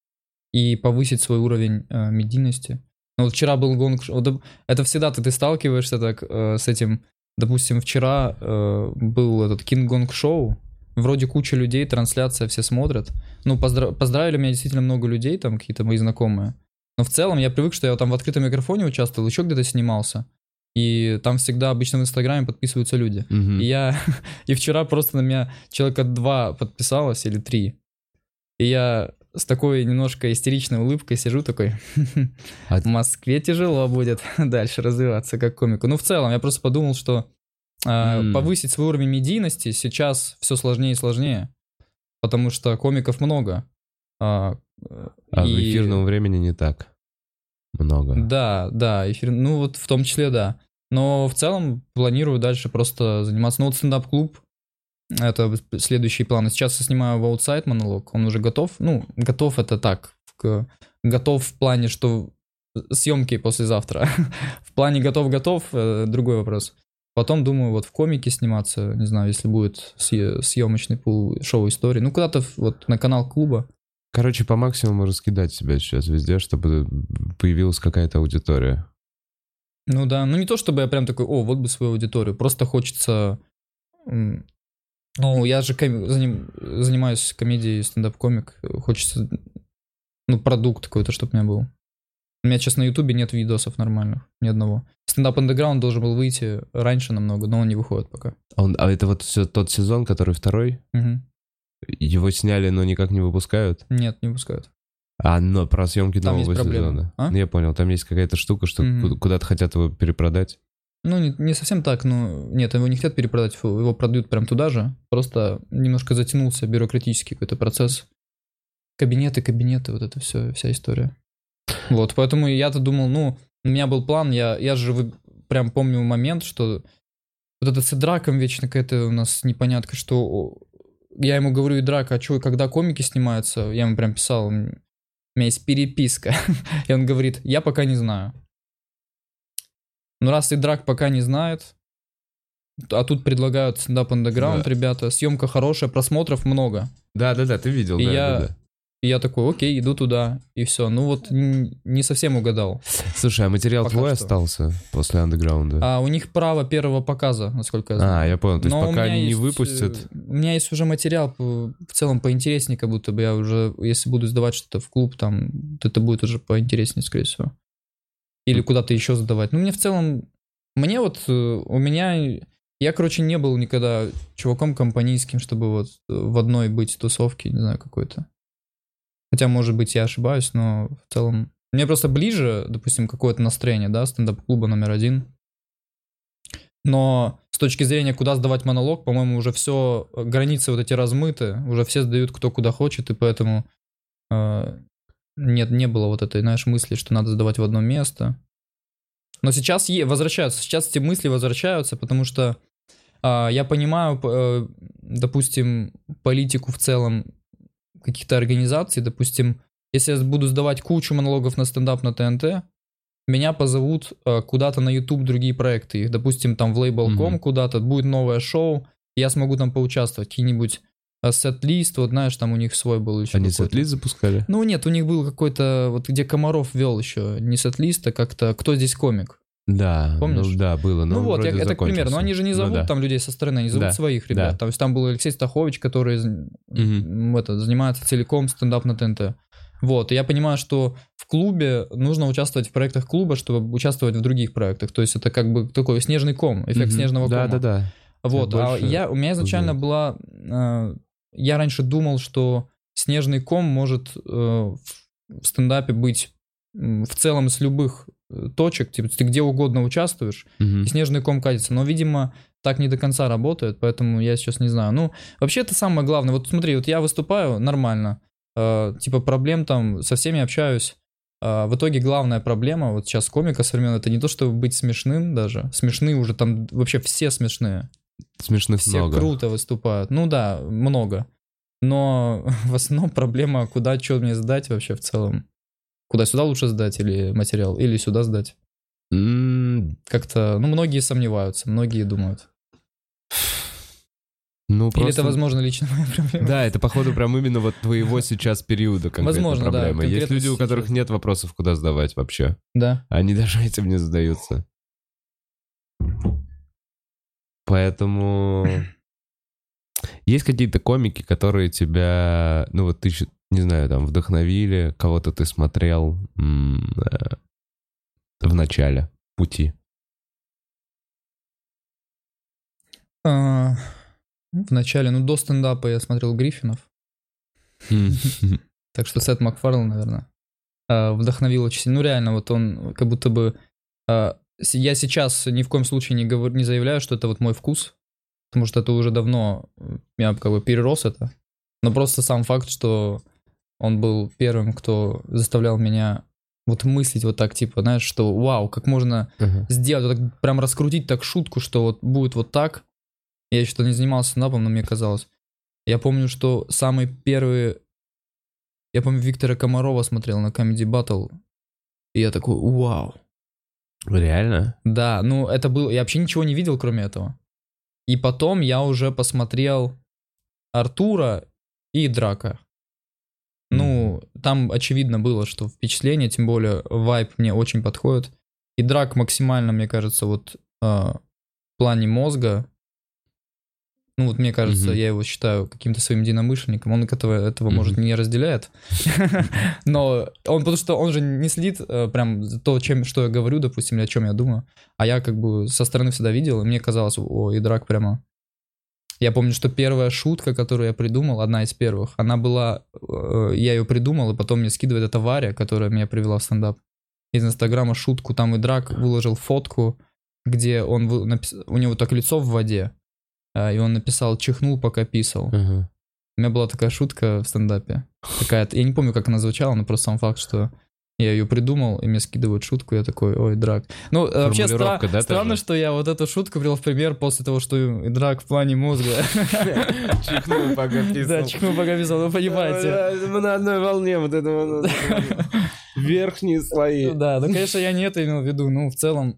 и повысить свой уровень э, медийности. Но вот вчера был гонг... Вот это всегда ты, ты сталкиваешься так э, с этим. Допустим, вчера э, был этот кинг-гонг-шоу. Вроде куча людей, трансляция, все смотрят. Ну, поздра... поздравили меня действительно много людей, там какие-то мои знакомые. Но в целом я привык, что я там в открытом микрофоне участвовал, еще где-то снимался. И там всегда обычно в Инстаграме подписываются люди. Мгм. И я... И вчера просто на меня человека два подписалось, или три. И я с такой немножко истеричной улыбкой сижу такой... А- В Москве тяжело будет дальше развиваться как комику. Ну, в целом, я просто подумал, что э, М. повысить свой уровень медийности сейчас все сложнее и сложнее. Потому что комиков много. А, э, А и- эфирного времени не так много. Да, да, эфир, ну вот в том числе, да. Но в целом планирую дальше просто заниматься. Ну вот стендап-клуб, это следующий план. Сейчас я снимаю в аутсайд монолог, он уже готов. Ну, готов это так, к- готов в плане, что съемки послезавтра. В плане готов-готов, э, другой вопрос. Потом думаю вот в комике сниматься, не знаю, если будет съе- съемочный пул шоу истории. Ну куда-то в- вот на канал клуба. Короче, по максимуму раскидать себя сейчас везде, чтобы появилась какая-то аудитория. Ну да, ну не то чтобы я прям такой, о, вот бы свою аудиторию, просто хочется... м, Ну, я же коми- заним- занимаюсь комедией, стендап-комик, хочется, ну, продукт какой-то, чтобы у меня был. У меня сейчас на Ютубе нет видосов нормальных, ни одного. Стендап Underground должен был выйти раньше намного, но он не выходит пока. А, он- а это вот всё тот сезон, который второй? Мгм. Его сняли, но никак не выпускают? Нет, не выпускают. А, но про съемки Там нового есть проблема. сезона. А? Ну, я понял, там есть какая-то штука, что Мгм. ку- куда-то хотят его перепродать. Ну, не, не совсем так, но нет, его не хотят перепродать, фу, его продают прям туда же. Просто немножко затянулся бюрократический какой-то процесс. Кабинеты, кабинеты, вот это все, вся история. Вот, поэтому я-то думал, ну, у меня был план, я, я же вы- прям помню момент, что вот это с Идраком вечно какая-то у нас непонятка, что о, я ему говорю, Идрак, а что, когда комики снимаются? Я ему прям писал, у меня есть переписка. И он говорит, я пока не знаю. Ну, раз Идрак пока не знает, а тут предлагают стендап андеграунд, Да. ребята, съемка хорошая, просмотров много. Да-да-да, ты видел, И да, я- да, да. И я такой, окей, иду туда, и все. Ну вот н- не совсем угадал. Слушай, а материал Пока твой что. остался после андеграунда? А у них право первого показа, насколько я знаю. А, я понял, то есть Но у пока меня они не есть, выпустят... э, У меня есть уже материал по- в целом поинтереснее, как будто бы я уже, если буду сдавать что-то в клуб, там, то это будет уже поинтереснее, скорее всего. Или куда-то еще сдавать. Ну, мне в целом, мне вот, э, у меня, я, короче, не был никогда чуваком компанийским, чтобы вот э, в одной быть тусовке, не знаю, какой-то. Хотя, может быть, я ошибаюсь, но в целом... Мне просто ближе, допустим, какое-то настроение, да, стендап-клуба номер один. Но с точки зрения, куда сдавать монолог, по-моему, уже все, границы вот эти размыты, уже все сдают кто куда хочет, и поэтому э, нет, не было вот этой, знаешь, мысли, что надо сдавать в одно место. Но сейчас е- возвращаются, сейчас эти мысли возвращаются, потому что э, я понимаю, э, допустим, политику в целом каких-то организаций, допустим, если я буду сдавать кучу монологов на стендап на ТНТ, меня позовут э, куда-то на YouTube другие проекты, их, допустим, там в Label точка com Мгм. куда-то, будет новое шоу, я смогу там поучаствовать, какие-нибудь э, сет-лист, вот знаешь, там у них свой был еще Они какой-то. сет-лист запускали? Ну нет, у них был какой-то, вот где Комаров вел еще, не сет-лист, а как-то «Кто здесь комик?». Да, Помнишь? ну да, было, но Ну он вот, я, вроде это к примеру, но закончился. они же не Ну зовут да. там людей со стороны, они зовут Да, своих ребят. да. Там, то есть там был Алексей Стахович, который Мгм. м, это, занимается целиком стендап на ТНТ. Вот, и я понимаю, что в клубе нужно участвовать в проектах клуба, чтобы участвовать в других проектах. То есть это как бы такой снежный ком, эффект mm-hmm. снежного кома. Да-да-да. Вот, а я, у меня изначально узнать. была... Э, я раньше думал, что снежный ком может э, в стендапе быть э, в целом с любых точек, типа ты где угодно участвуешь, mm-hmm. и снежный ком катится. Но, видимо, так не до конца работает, поэтому я сейчас не знаю. Ну, вообще это самое главное. Вот смотри, вот я выступаю нормально, э, типа проблем там, со всеми общаюсь. Э, в итоге главная проблема, вот сейчас комика современного, это не то, чтобы быть смешным даже. Смешные уже там, вообще все смешные. Смешных все много. Все круто выступают. Ну да, много. Но в основном проблема, куда что мне сдать вообще в целом. Куда сюда лучше сдать или материал, или сюда сдать. Mm. Как-то, ну многие сомневаются, многие думают. Ну, просто... Или это, возможно, лично моя проблема. Да, это, походу, прям именно вот твоего сейчас периода конкретно возможно, проблема. Да, есть люди, у которых сейчас. нет вопросов, куда сдавать вообще. Да. Они даже этим не задаются. Поэтому... Есть какие-то комики, которые тебя, ну вот ты, не знаю, там, вдохновили, кого-то ты смотрел м- в начале пути? А, в начале, ну, до стендапа я смотрел Гриффинов. Так что Сет Макфарлейн, наверное, вдохновил очень сильно. Ну, реально, вот он как будто бы... Я сейчас ни в коем случае не, говорю, не заявляю, что это вот мой вкус, потому что это уже давно, я как бы перерос это. Но просто сам факт, что он был первым, кто заставлял меня вот мыслить вот так, типа, знаешь, что вау, как можно uh-huh. сделать, вот так, прям раскрутить так шутку, что вот будет вот так. Я еще не занимался стендапом, но мне казалось. Я помню, что самый первый... Я помню, Виктора Комарова смотрел на Comedy Battle, и я такой, вау. Реально? Да, ну это было... Я вообще ничего не видел, кроме этого. И потом я уже посмотрел Артура и Драка. Ну, там очевидно было, что впечатление, тем более вайб мне очень подходит. И Драк максимально, мне кажется, вот э, в плане мозга, ну вот мне кажется, mm-hmm. я его считаю каким-то своим единомышленником, он этого, этого mm-hmm. может, не разделяет, но он, потому что он же не следит э, прям за то, чем, что я говорю, допустим, или о чем я думаю, а я как бы со стороны всегда видел, и мне казалось, о, и Драк прямо... Я помню, что первая шутка, которую я придумал, одна из первых, она была, э, я ее придумал, и потом мне скидывает эта Варя, которая меня привела в стендап. Из Инстаграма шутку, там и Драк выложил фотку, где он, вы, напис... у него так лицо в воде, э, и он написал «чихнул, пока писал». Uh-huh. У меня была такая шутка в стендапе. Такая, я не помню, как она звучала, но просто сам факт, что я ее придумал, и мне скидывают шутку, я такой, ой, Драк. Ну, вообще стра- да, странно, что я вот эту шутку привел в пример после того, что и Драк в плане мозга. Чихнул, пока писал. Да, чихнул, пока писал, вы понимаете. Мы на одной волне вот этого верхние слои. Да, ну, конечно, я не это имел в виду, ну, в целом...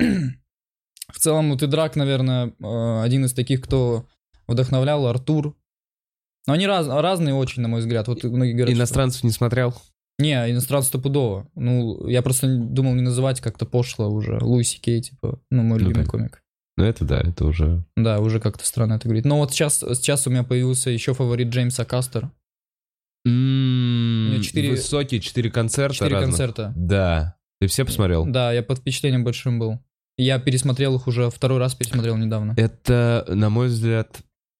В целом, вот и Драк, наверное, один из таких, кто вдохновлял, Артур. Но они раз, разные очень, на мой взгляд. Вот многие говорят, иностранцев что... не смотрел? Не, иностранцев стопудово. Ну, я просто думал не называть как-то пошло уже. Луиси Кей, типа, ну, мой любимый ну, комик. Ну, это да, это уже... Да, уже как-то странно это говорить. Но вот сейчас, сейчас у меня появился еще фаворит Джеймса Кастер. Mm, четыре... Высокие четыре концерта Четыре разных. концерта. Да. Ты все посмотрел? Да, я под впечатлением большим был. Я пересмотрел их уже, второй раз пересмотрел недавно. Это, на мой взгляд...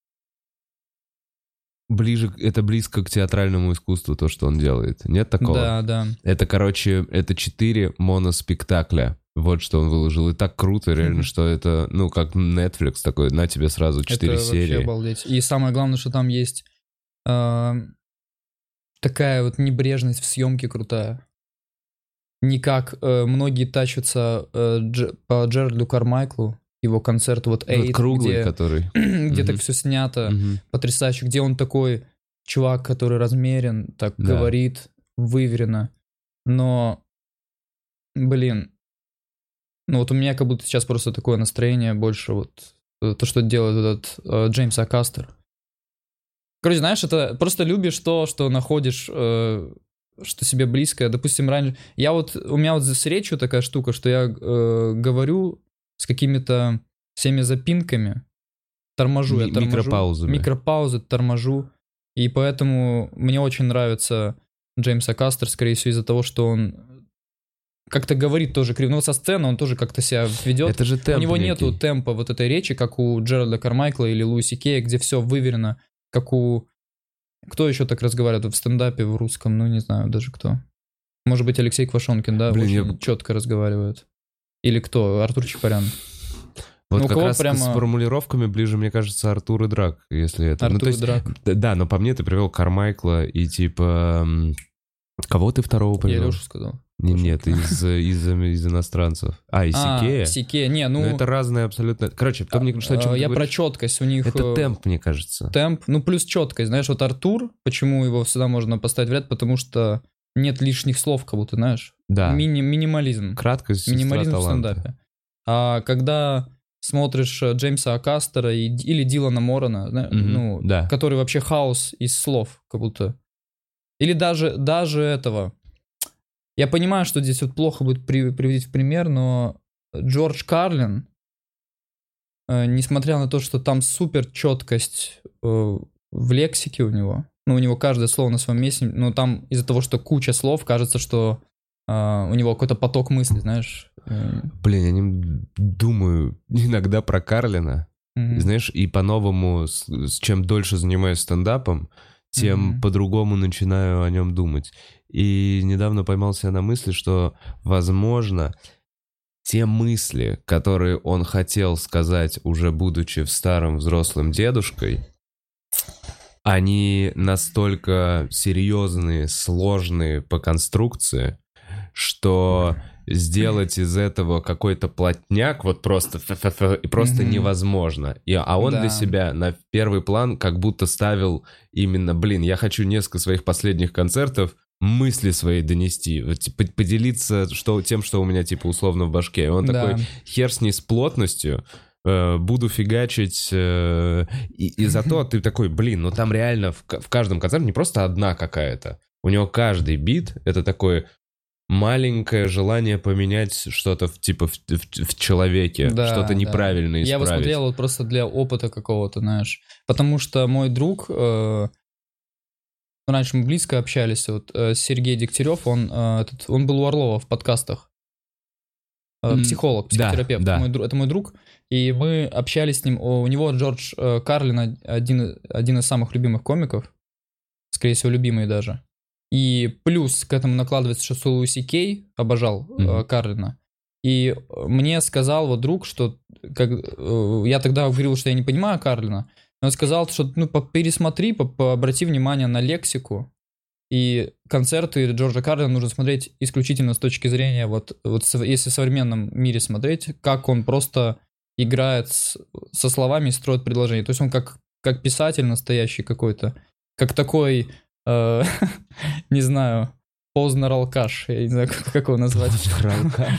Ближе, это близко к театральному искусству, то, что он делает. Нет такого? Да, да. Это, короче, это четыре моноспектакля. Вот что он выложил. И так круто, реально, mm-hmm. что это, ну, как Netflix такой, на тебе сразу четыре это серии. Вообще обалдеть. И самое главное, что там есть э, такая вот небрежность в съемке крутая. Не как э, многие тащатся э, дж, по Джеральду Кармайклу, его концерт вот Эйд, вот круглый, где, который... где mm-hmm. так все снято, mm-hmm. потрясающе, где он такой чувак, который размерен, так да. говорит, выверено. Но, блин, ну вот у меня как будто сейчас просто такое настроение больше вот то, что делает этот э, Джеймс Кастер. Короче, знаешь, это просто любишь то, что находишь, э, что себе близкое. Допустим, раньше... Я вот... У меня вот с речью такая штука, что я э, говорю с какими-то всеми запинками, торможу, Ми- я торможу. Микропаузами. Микропаузы, торможу. И поэтому мне очень нравится Джеймса Кастер, скорее всего, из-за того, что он как-то говорит тоже криво. Ну, со сцены он тоже как-то себя ведет. Это же темп У него некий. Нету темпа вот этой речи, как у Джеральда Кармайкла или Луиси Кея, где все выверено, как у... Кто еще так разговаривает в стендапе в русском? Ну, не знаю даже кто. Может быть, Алексей Квашонкин, да, Блин, очень я... четко разговаривает. Или кто? Артур Чапарян. Вот ну, как раз прямо... с формулировками ближе, мне кажется, Артур и Драк, если это... Артур ну, то есть, и Драк. Да, но по мне ты привел Кармайкла и типа... Кого ты второго привел? Я Лешу сказал. Не, нет, из, из, из иностранцев. А, из Сикея? А, Сикея, не, ну... Но это разные абсолютно... Короче, кто мне... Что, а, я про четкость, у них... Это темп, мне кажется. Темп, ну плюс четкость. Знаешь, вот Артур, почему его всегда можно поставить в ряд, потому что нет лишних слов, как будто, знаешь. Да. Мини- минимализм. Краткость, минимализм в стендапе. А когда смотришь Джеймса Кастера и, или Дилана Морана, mm-hmm, ну, да. который вообще хаос из слов, как будто... Или даже, даже этого... Я понимаю, что здесь вот плохо будет при, приводить в пример, но Джордж Карлин, э, несмотря на то, что там супер четкость э, в лексике у него, ну, у него каждое слово на своем месте, но там из-за того, что куча слов, кажется, что э, у него какой-то поток мыслей, знаешь. Блин, я не думаю иногда про Карлина, mm-hmm. знаешь, и по-новому, с, с чем дольше занимаюсь стендапом, тем mm-hmm. по-другому начинаю о нем думать. И недавно поймался на мысли, что, возможно, те мысли, которые он хотел сказать, уже будучи в старом взрослым дедушкой, они настолько серьезные, сложные по конструкции, что сделать из этого какой-то плотняк вот просто и просто mm-hmm. невозможно. И, а он да. для себя на первый план как будто ставил именно, блин, я хочу несколько своих последних концертов мысли свои донести, поделиться что, тем, что у меня типа условно в башке. И он да. такой, хер с ней с плотностью, э, буду фигачить. Э, и, и зато ты такой, блин, ну там реально в, в каждом концерте не просто одна какая-то. У него каждый бит — это такое маленькое желание поменять что-то в, типа в, в, в человеке, да, что-то неправильное да. исправить. Я его смотрел вот просто для опыта какого-то, знаешь. Потому что мой друг... Э, раньше мы близко общались, вот э, Сергей Дегтярев, он, э, этот, он был у Орлова в подкастах. Э, психолог, психотерапевт. Да, да. Мой, это мой друг. И мы общались с ним. У него Джордж э, Карлин один, один из самых любимых комиков. Скорее всего, любимый даже. И плюс к этому накладывается, что Луиси Кей обожал mm-hmm. э, Карлина. И мне сказал вот друг, что как, э, я тогда говорил, что я не понимаю Карлина. Он сказал, что ну, пересмотри, обрати внимание на лексику, и концерты Джорджа Карлина нужно смотреть исключительно с точки зрения, вот, вот если в современном мире смотреть, как он просто играет с, со словами и строит предложение. То есть он как, как писатель настоящий какой-то, как такой, э, не знаю, Познер-алкаш, я не знаю, как его назвать. Познер-алкаш.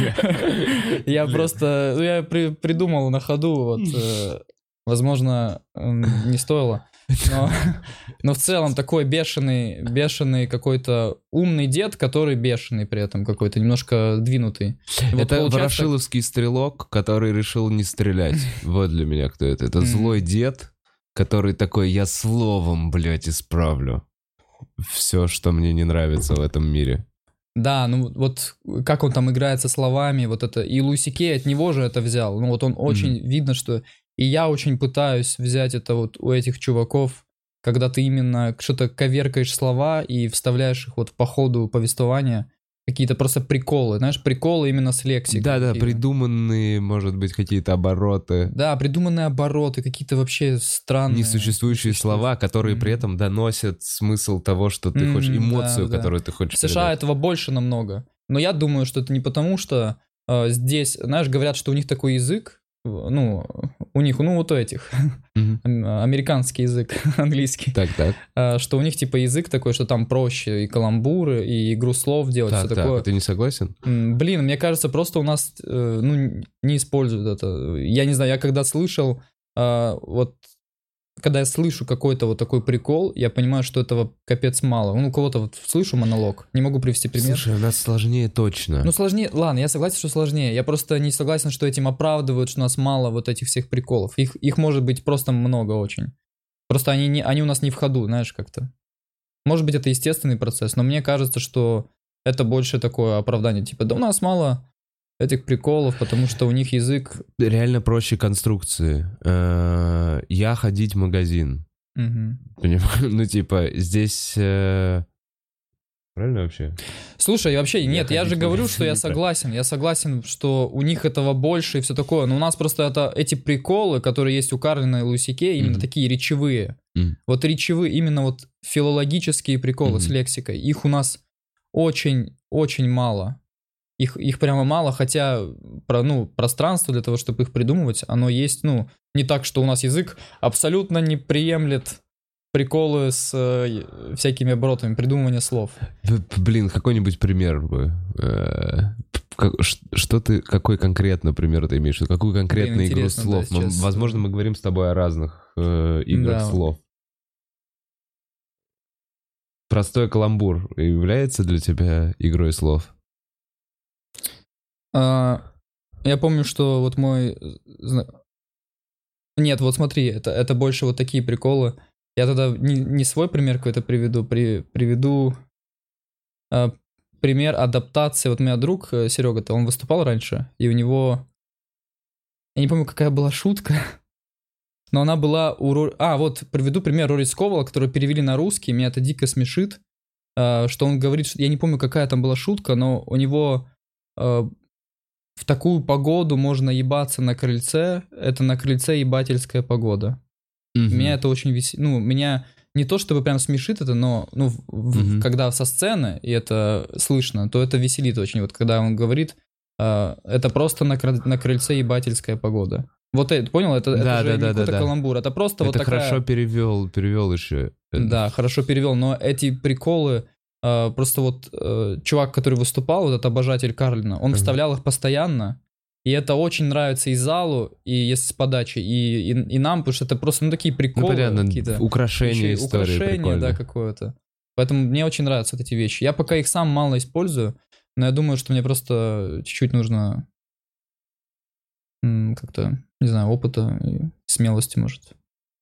Я просто, я придумал на ходу, вот... Возможно, не стоило, но, но в целом такой бешеный, бешеный какой-то умный дед, который бешеный при этом какой-то, немножко двинутый. Это вот получается... ворошиловский стрелок, который решил не стрелять. Вот для меня кто это. Это злой дед, который такой, я словом, блядь, исправлю все, что мне не нравится в этом мире. Да, ну вот как он там играет со словами, вот это, и Луиси Кей от него же это взял. Ну вот он очень, mm-hmm. видно, что... И я очень пытаюсь взять это вот у этих чуваков, когда ты именно что-то коверкаешь слова и вставляешь их вот по ходу повествования, какие-то просто приколы, знаешь, приколы именно с лексикой. Да-да, придуманные, может быть, какие-то обороты. Да, придуманные обороты, какие-то вообще странные... Несуществующие слова, которые mm-hmm. при этом доносят смысл того, что ты mm-hmm, хочешь, эмоцию, да, которую да. ты хочешь В США передать. Этого больше намного. Но я думаю, что это не потому, что э, здесь, знаешь, говорят, что у них такой язык, ну, у них, ну, вот у этих, mm-hmm. американский язык, английский, так, так. что у них типа язык такой, что там проще и каламбуры, и игру слов делать, так, все так. такое. Ты не согласен? Блин, мне кажется, просто у нас, ну, не используют это. Я не знаю, я когда слышал, вот, когда я слышу какой-то вот такой прикол, я понимаю, что этого капец мало. Ну, у кого-то вот слышу монолог, не могу привести пример. Слушай, у нас сложнее точно. Ну, сложнее, ладно, я согласен, что сложнее. Я просто не согласен, что этим оправдывают, что у нас мало вот этих всех приколов. Их, их может быть просто много очень. Просто они, не, они у нас не в ходу, знаешь, как-то. Может быть, это естественный процесс, но мне кажется, что это больше такое оправдание. Типа, да у нас мало этих приколов, потому что у них язык... Реально проще конструкции. Я ходить в магазин. Угу. Ну, типа, здесь... Правильно вообще? Слушай, вообще, нет, я, я же говорю, что я согласен. Я согласен, что у них этого больше и все такое. Но у нас просто это эти приколы, которые есть у Карлина и Луиси Кей, именно mm-hmm. такие речевые. Mm-hmm. Вот речевые, именно вот филологические приколы mm-hmm. с лексикой. Их у нас очень-очень мало. Их, их прямо мало, хотя про, ну, пространство для того, чтобы их придумывать, оно есть, ну, не так, что у нас язык абсолютно не приемлет приколы с э, всякими оборотами, придумывание слов. Блин, какой-нибудь пример бы. Что ты, какой конкретно пример ты имеешь? Какую конкретную Блин, игру слов? Да, сейчас... Возможно, мы говорим с тобой о разных э, играх да. слов. Простой каламбур является для тебя игрой слов? А, я помню, что вот мой... Нет, вот смотри, это, это больше вот такие приколы. Я тогда не, не свой пример какой-то приведу, при, приведу э, пример адаптации. Вот у меня друг Серега-то, он выступал раньше, и у него... Я не помню, какая была шутка, но она была у... Рори... А, вот, приведу пример Рори Сковала, который перевели на русский, меня это дико смешит, э, что он говорит, что... Я не помню, какая там была шутка, но у него... Э, в такую погоду можно ебаться на крыльце, это на крыльце ебательская погода. Mm-hmm. Меня это очень веселит. Ну, меня не то чтобы прям смешит это, но ну, в, mm-hmm. когда со сцены, и это слышно, то это веселит очень. Вот когда он говорит, э, это просто на, на крыльце ебательская погода. Вот это, понял? Это, да, это да, же да, не какой-то да, каламбур, это просто это вот такая... Это хорошо перевел, перевел еще. Да, хорошо перевел, но эти приколы, э, просто вот э, чувак, который выступал, вот этот обожатель Карлина, он uh-huh. вставлял их постоянно. И это очень нравится и залу, и если с подачи, и, и, и нам, потому что это просто, ну, такие приколы. Ну, понятно, какие-то. Украшения истории Украшения, прикольные. да, какое-то. Поэтому мне очень нравятся вот эти вещи. Я пока их сам мало использую, но я думаю, что мне просто чуть-чуть нужно м- как-то, не знаю, опыта и смелости, может.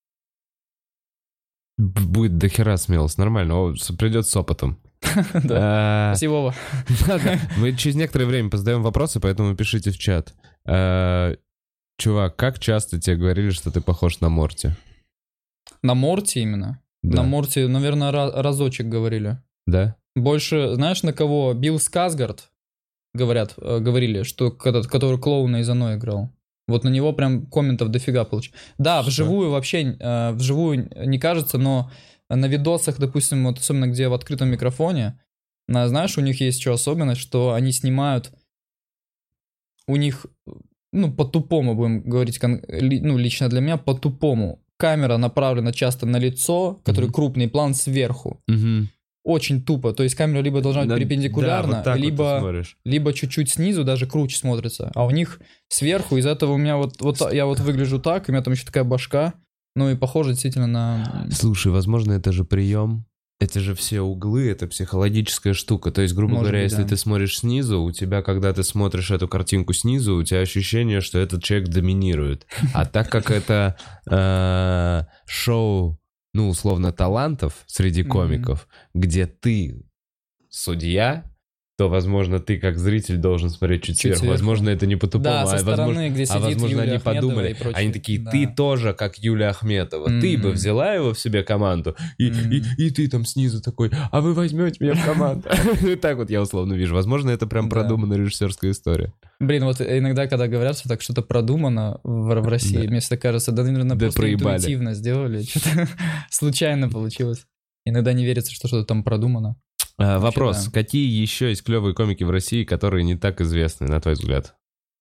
Будет дохера смелость, нормально, придет с опытом. Да. Спасибо, Вова. Мы через некоторое время позадаем вопросы, поэтому пишите в чат. Чувак, как часто тебе говорили, что ты похож на Морти? На Морти именно? На Морти, наверное, разочек говорили. Да? Больше, знаешь, на кого? Билл Скарсгард, говорят, говорили, что который клоуна из «Оно» играл. Вот на него прям комментов дофига получил. Да, вживую вообще, вживую не кажется, но... На видосах, допустим, вот особенно где в открытом микрофоне, знаешь, у них есть еще особенность, что они снимают, у них, ну, по-тупому, будем говорить, ну, лично для меня, по-тупому. Камера направлена часто на лицо, который mm-hmm. крупный план сверху. Mm-hmm. Очень тупо. То есть камера либо должна быть да, перпендикулярна, да, вот либо, вот либо чуть-чуть снизу даже круче смотрится. А у них сверху, из-за этого у меня вот, вот я вот выгляжу так, у меня там еще такая башка. Ну и похоже действительно на... Слушай, возможно, это же прием. Это же все углы, это психологическая штука. То есть, грубо Может говоря, быть, если да. ты смотришь снизу, у тебя, когда ты смотришь эту картинку снизу, у тебя ощущение, что этот человек доминирует. А так как это э, шоу, ну, условно, талантов среди комиков, где ты судья, то, возможно, ты как зритель должен смотреть чуть, чуть сверху. сверху. Возможно, это не по-тупому, да, со а, стороны, возможно, где сидит а возможно, Юлия они Ахмедова подумали. И прочее. Они такие, да. ты тоже как Юлия Ахметова. Mm-hmm. Ты бы взяла его в себе команду, и, mm-hmm. и, и ты там снизу такой, а вы возьмете меня в команду. Так вот я условно вижу. Возможно, это прям продуманная режиссерская история. Блин, вот иногда, когда говорят, что так что-то продумано в России, мне всегда кажется, да, наверное, просто интуитивно сделали. Что-то случайно получилось. Иногда не верится, что что-то там продумано. А, вопрос. Вообще, да. Какие еще есть клевые комики в России, которые не так известны, на твой взгляд?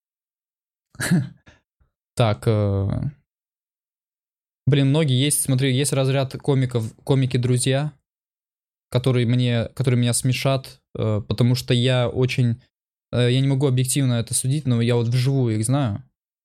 Так. Блин, многие есть. Смотри, есть разряд комиков, комики-друзья, которые, мне, которые меня смешат, потому что я очень... Я не могу объективно это судить, но я вот вживую их знаю.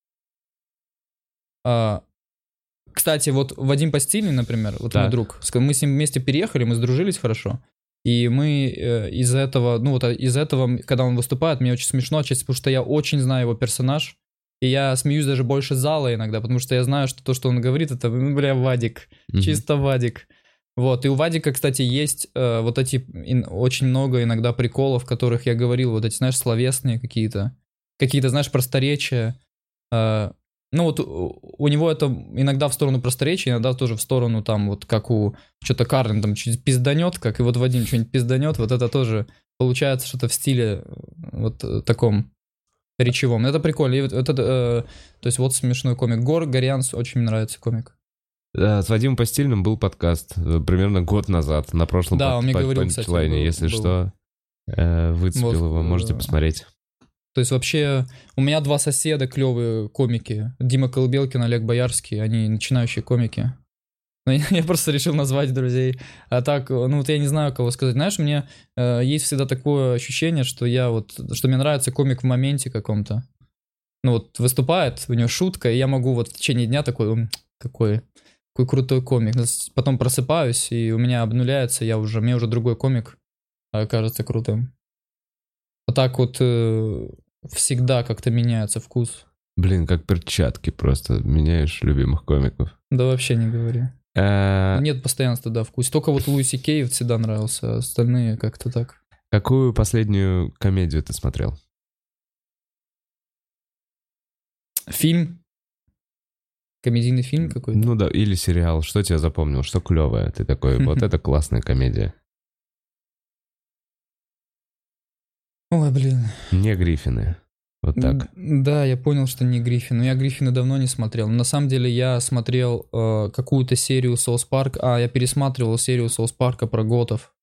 Кстати, вот Вадим Постильный, например, вот так. мой друг, мы с ним вместе переехали, мы сдружились хорошо. И мы э, из-за этого, ну вот из-за этого, когда он выступает, мне очень смешно, честно, потому что я очень знаю его персонаж, и я смеюсь даже больше зала иногда, потому что я знаю, что то, что он говорит, это, ну, бля, Вадик, mm-hmm. чисто Вадик. Вот, и у Вадика, кстати, есть э, вот эти ин, очень много иногда приколов, которых я говорил, вот эти, знаешь, словесные какие-то, какие-то, знаешь, просторечия. Э, ну вот у, у него это иногда в сторону просторечия, иногда тоже в сторону там, вот как у что-то Карлин там чуть пизданет, как и вот Вадим что-нибудь пизданет, вот это тоже получается что-то в стиле вот таком речевом. Это прикольно. И вот, это, э, то есть вот смешной комик. Гор Горянс, очень мне нравится комик. Да, с Вадимом Постельным был подкаст примерно год назад, на прошлом да, под, он мне под, говорил, под кстати, был, если был. Что, э, выцепил вот, его, можете посмотреть. То есть вообще у меня два соседа клевые комики. Дима Колыбелкин, Олег Боярский, они начинающие комики. Я просто решил назвать друзей. А так, ну вот я не знаю, кого сказать. Знаешь, мне э, есть всегда такое ощущение, что я вот, что мне нравится комик в моменте каком-то. Ну вот выступает, у него шутка, и я могу вот в течение дня такой, какой... Какой крутой комик. Потом просыпаюсь, и у меня обнуляется, я уже, мне уже другой комик кажется крутым. А так вот э, всегда как-то меняется вкус. Блин, как перчатки просто меняешь любимых комиков. Да вообще не говори. Нет постоянства, да, вкусе. Только вот Луиси Кей всегда нравился, а остальные как-то так. Какую последнюю комедию ты смотрел? Фильм? Комедийный фильм какой-то? Ну да, или сериал. Что тебя запомнил? Что клевое? Ты такой, вот это классная комедия. Ой, блин. Не Гриффины. Вот так. Да, я понял, что не Гриффин. Но я Гриффины давно не смотрел. Но на самом деле я смотрел э, какую-то серию Соус Парк. А, я пересматривал серию Соус Парка про готов.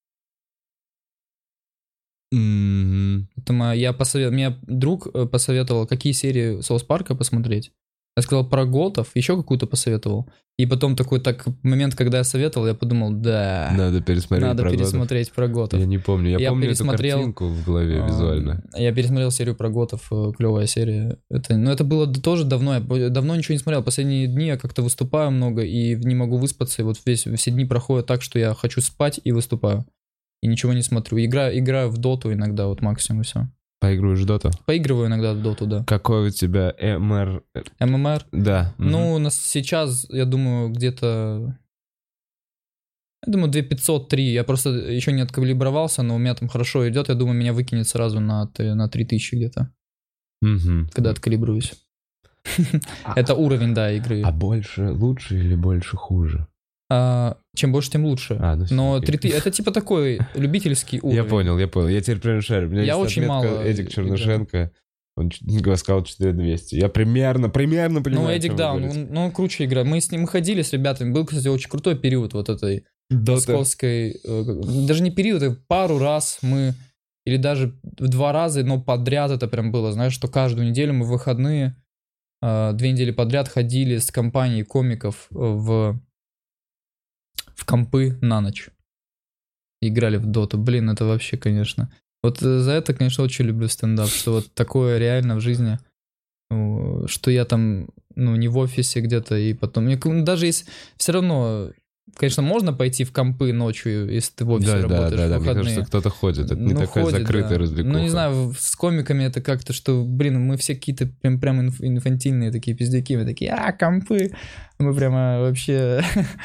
Mm-hmm. Это моя, я посовет... Мне друг посоветовал, какие серии Соус Парка посмотреть. Я сказал про готов, еще какую-то посоветовал. И потом такой так момент, когда я советовал, я подумал, да, надо пересмотреть, надо про, пересмотреть готов. про готов. Я не помню, я, я помню эту картинку в голове визуально. Я пересмотрел серию про готов, клевая серия. Это, ну это было тоже давно, я давно ничего не смотрел. Последние дни я как-то выступаю много и не могу выспаться. И вот весь, все дни проходят так, что я хочу спать и выступаю. И ничего не смотрю. Играю, играю в доту иногда, вот максимум и все. Поигрываешь в доту? Поигрываю иногда в доту, да. Какой у тебя эм эр? эм эм эр? Да. Ну, угу. Сейчас, я думаю, где-то... Я думаю, две тысячи пятьсот три. Я просто еще не откалибровался, но у меня там хорошо идет. Я думаю, меня выкинет сразу на, на три тысячи где-то. Угу. Когда откалибруюсь. Это уровень, да, игры. А больше лучше или больше хуже? А, чем больше, тем лучше. А, ну, но три тысячи это типа такой любительский уровень. Я понял, я понял. Я теперь прям шарю. У меня я есть очень мало Эдик Чернышенко. Он сказал четыре тысячи двести. Я примерно, примерно понимаю. Ну, Эдик, да, он, он, он круче играет. Мы с ним ходили, с ребятами. Был, кстати, очень крутой период вот этой Дота. Московской. Даже не период, а пару раз мы, или даже в два раза, но подряд это прям было. Знаешь, что каждую неделю мы в выходные, две недели подряд ходили с компанией комиков в... в компы на ночь. Играли в доту. Блин, это вообще, конечно. Вот за это, конечно, очень люблю стендап, что вот такое реально в жизни, что я там, ну, не в офисе где-то, и потом... Даже если... Все равно, конечно, можно пойти в компы ночью, если ты в офисе да, работаешь. Да, да, в да, выходные. мне кажется, кто-то ходит. Это не ну, такая ходит, закрытая да. развлекуха. Ну, не знаю, с комиками это как-то, что, блин, мы все какие-то прям, прям инфантильные такие пиздюки. Мы такие, а, компы. Мы прямо вообще...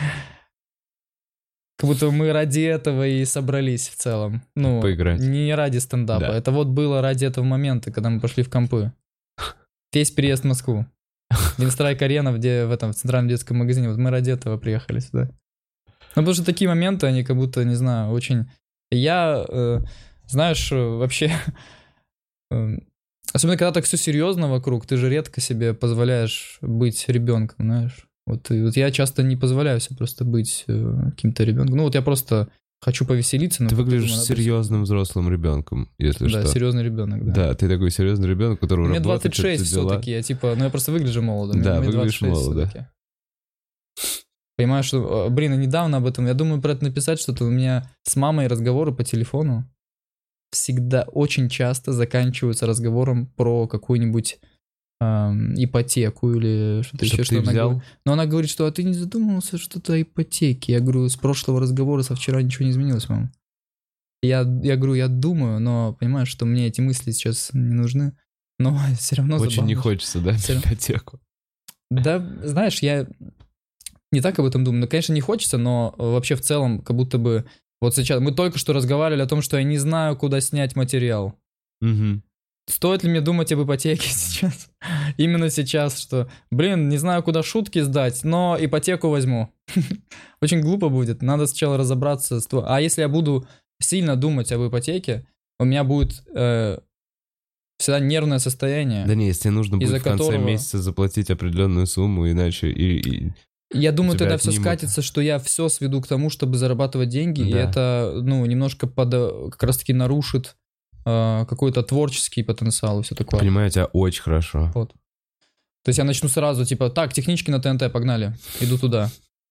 Как будто мы ради этого и собрались в целом. Ну, поиграть. Не ради стендапа. Да. Это вот было ради этого момента, когда мы пошли в компы. Весь переезд в Москву. Винстрайк-арена, где в этом в центральном детском магазине. Вот мы ради этого приехали сюда. Ну, потому что такие моменты, они как будто, не знаю, очень... Я, э, знаешь, вообще... Э, особенно, когда так все серьезно вокруг, ты же редко себе позволяешь быть ребенком, знаешь. Вот, и вот я часто не позволяю себе просто быть э, каким-то ребенком. Ну вот я просто хочу повеселиться. Но ты выглядишь думаю, серьезным взрослым ребенком, если да, что. Да, серьезный ребенок, да. Да, ты такой серьезный ребенок, который мне работает. Мне двадцать шесть все-таки, я типа, ну я просто выгляжу молодо. Да, мне выглядишь молодо. Все-таки. Понимаешь, что, блин, я недавно об этом, я думаю про это написать, что-то у меня с мамой разговоры по телефону всегда очень часто заканчиваются разговором про какую-нибудь эм, ипотеку или что-то Чтоб еще. Что она взял? говорит. Но она говорит, что а ты не задумывался что-то о ипотеке. Я говорю, с прошлого разговора, со вчера ничего не изменилось, мам. Я, я говорю, я думаю, но понимаешь, что мне эти мысли сейчас не нужны. Но все равно очень забавно. не хочется, да, все... ипотеку. Да, знаешь, я... не так об этом думаю. Ну, конечно, не хочется, но вообще в целом, как будто бы... Вот сейчас мы только что разговаривали о том, что я не знаю, куда снять материал. Угу. Стоит ли мне думать об ипотеке сейчас? Именно сейчас, что, блин, не знаю, куда шутки сдать, но ипотеку возьму. Очень глупо будет. Надо сначала разобраться с... А если я буду сильно думать об ипотеке, у меня будет э, всегда нервное состояние. Да не, если нужно будет в конце которого... месяца заплатить определенную сумму, иначе... И, и... Я думаю, тогда все скатится, что я все сведу к тому, чтобы зарабатывать деньги, да. И это, ну, немножко под, как раз-таки нарушит э, какой-то творческий потенциал и все такое. Понимаю тебя очень хорошо. Вот. То есть я начну сразу, типа, так, технички на ТНТ, погнали, иду туда.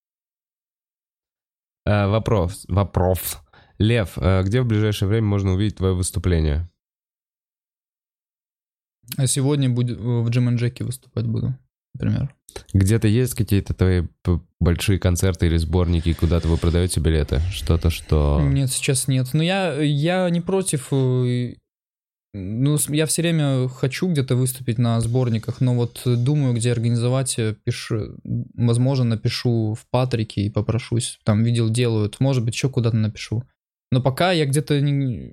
А, вопрос, вопрос. Лев, а где в ближайшее время можно увидеть твое выступление? А сегодня буду, в Джим энд Джеки выступать буду, например. Где-то есть какие-то твои большие концерты или сборники, куда-то вы продаете билеты? Что-то, что... Нет, сейчас нет. Но я, я не против... Ну, я все время хочу где-то выступить на сборниках, но вот думаю, где организовать, пишу, возможно, напишу в Патрике и попрошусь. Там видел, делают. Может быть, еще куда-то напишу. Но пока я где-то не...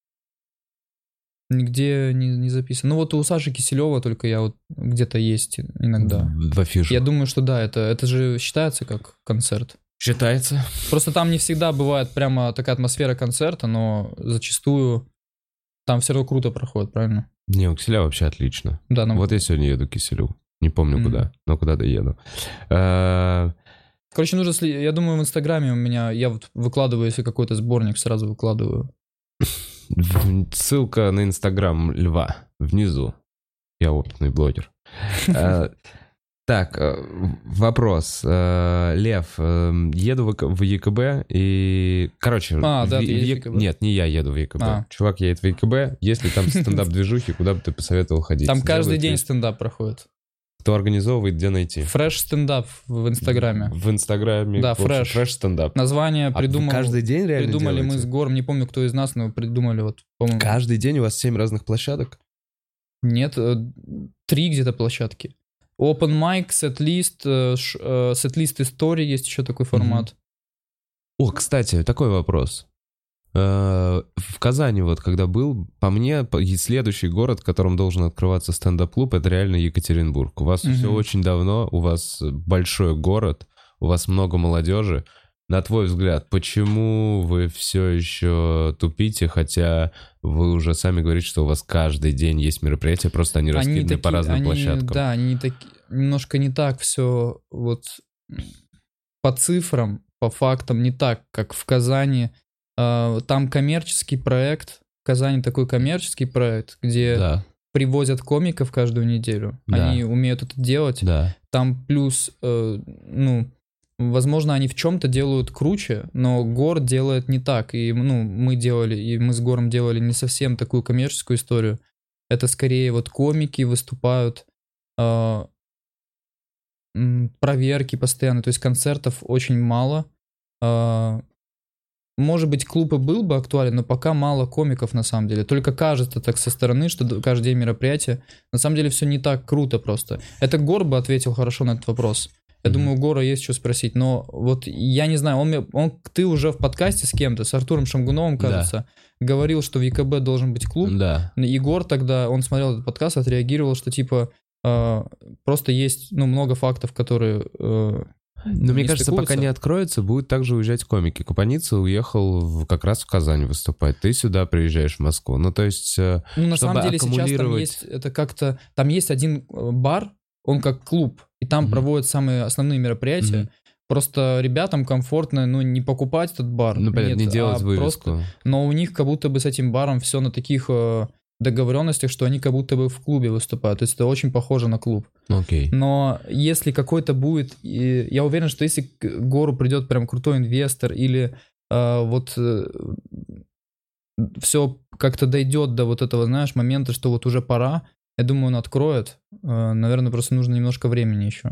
нигде не, не записан. Ну вот у Саши Киселева только я вот где-то есть иногда. В афишах. Я думаю, что да, это, это же считается как концерт. Считается. Просто там не всегда бывает прямо такая атмосфера концерта, но зачастую там все равно круто проходит, правильно? Не, у Киселева вообще отлично. Да, нам... Вот я сегодня еду к Киселеву. Не помню mm-hmm. куда, но куда-то еду. А... Короче, нужно... Я думаю, в Инстаграме у меня... Я вот выкладываю, если какой-то сборник, сразу выкладываю. Ссылка на Инстаграм Льва внизу. Я опытный блогер. Так, вопрос. Лев, еду в ЕКБ и... Короче, а, да, в... ты едешь в ЕКБ? Нет, не я еду в ЕКБ. А. Чувак едет в ЕКБ. Если там стендап-движухи, куда бы ты посоветовал ходить? Там каждый день стендап проходит. Кто организовывает, где найти? Фреш стендап в Инстаграме. В Инстаграме. Да, фреш. Фреш стендап. Название придумал. А каждый день реально Придумали делаете? Мы с Гором, не помню, кто из нас, но придумали вот, по-моему. Каждый день у вас семь разных площадок? Нет, три где-то площадки. Open mic, setlist, setlist истории, есть еще такой формат. О, кстати, такой вопрос. В Казани вот, когда был, по мне, следующий город, в котором должен открываться стендап-клуб, это реально Екатеринбург. У вас mm-hmm. все очень давно, у вас большой город, у вас много молодежи. На твой взгляд, почему вы все еще тупите, хотя вы уже сами говорите, что у вас каждый день есть мероприятия, просто они, они раскиданы такие, по разным они, площадкам? Да, они не таки, немножко не так все вот по цифрам, по фактам, не так, как в Казани. Там коммерческий проект, в Казани такой коммерческий проект, где да. привозят комиков каждую неделю. Да. Они умеют это делать. Да. Там плюс, э, ну, возможно, они в чем-то делают круче, но Гор делает не так. И, ну, мы делали, и мы с Гором делали не совсем такую коммерческую историю. Это скорее вот комики выступают, э, проверки постоянно, то есть концертов очень мало. Э, Может быть, клуб и был бы актуален, но пока мало комиков на самом деле. Только кажется так со стороны, что каждый день мероприятие. На самом деле все не так круто просто. Это Гор бы ответил хорошо на этот вопрос. Я mm-hmm. думаю, у Гора есть что спросить. Но вот я не знаю, он, он, ты уже в подкасте с кем-то, с Артуром Шамгуновым, кажется, да. говорил, что в ЕКБ должен быть клуб. Да. Егор тогда, он смотрел этот подкаст, отреагировал, что типа э, просто есть ну, много фактов, которые... Э, Но мне кажется, стыкуются. Пока не откроется, будут также уезжать комики. Капаница уехал в, как раз в Казань выступать. Ты сюда приезжаешь в Москву. Ну, то есть, ну, на чтобы самом деле аккумулировать... сейчас там есть, это как-то... Там есть один бар, он как клуб, и там mm-hmm. проводят самые основные мероприятия. Mm-hmm. Просто ребятам комфортно, ну, не покупать этот бар. Ну, понятно, нет, не делать а вывеску. Просто... Но у них как будто бы с этим баром все на таких... договоренностях, что они как будто бы в клубе выступают. То есть это очень похоже на клуб. Okay. Но если какой-то будет... Я уверен, что если к Гору придет прям крутой инвестор или э, вот э, все как-то дойдет до вот этого, знаешь, момента, что вот уже пора, я думаю, он откроет. Э, наверное, просто нужно немножко времени еще.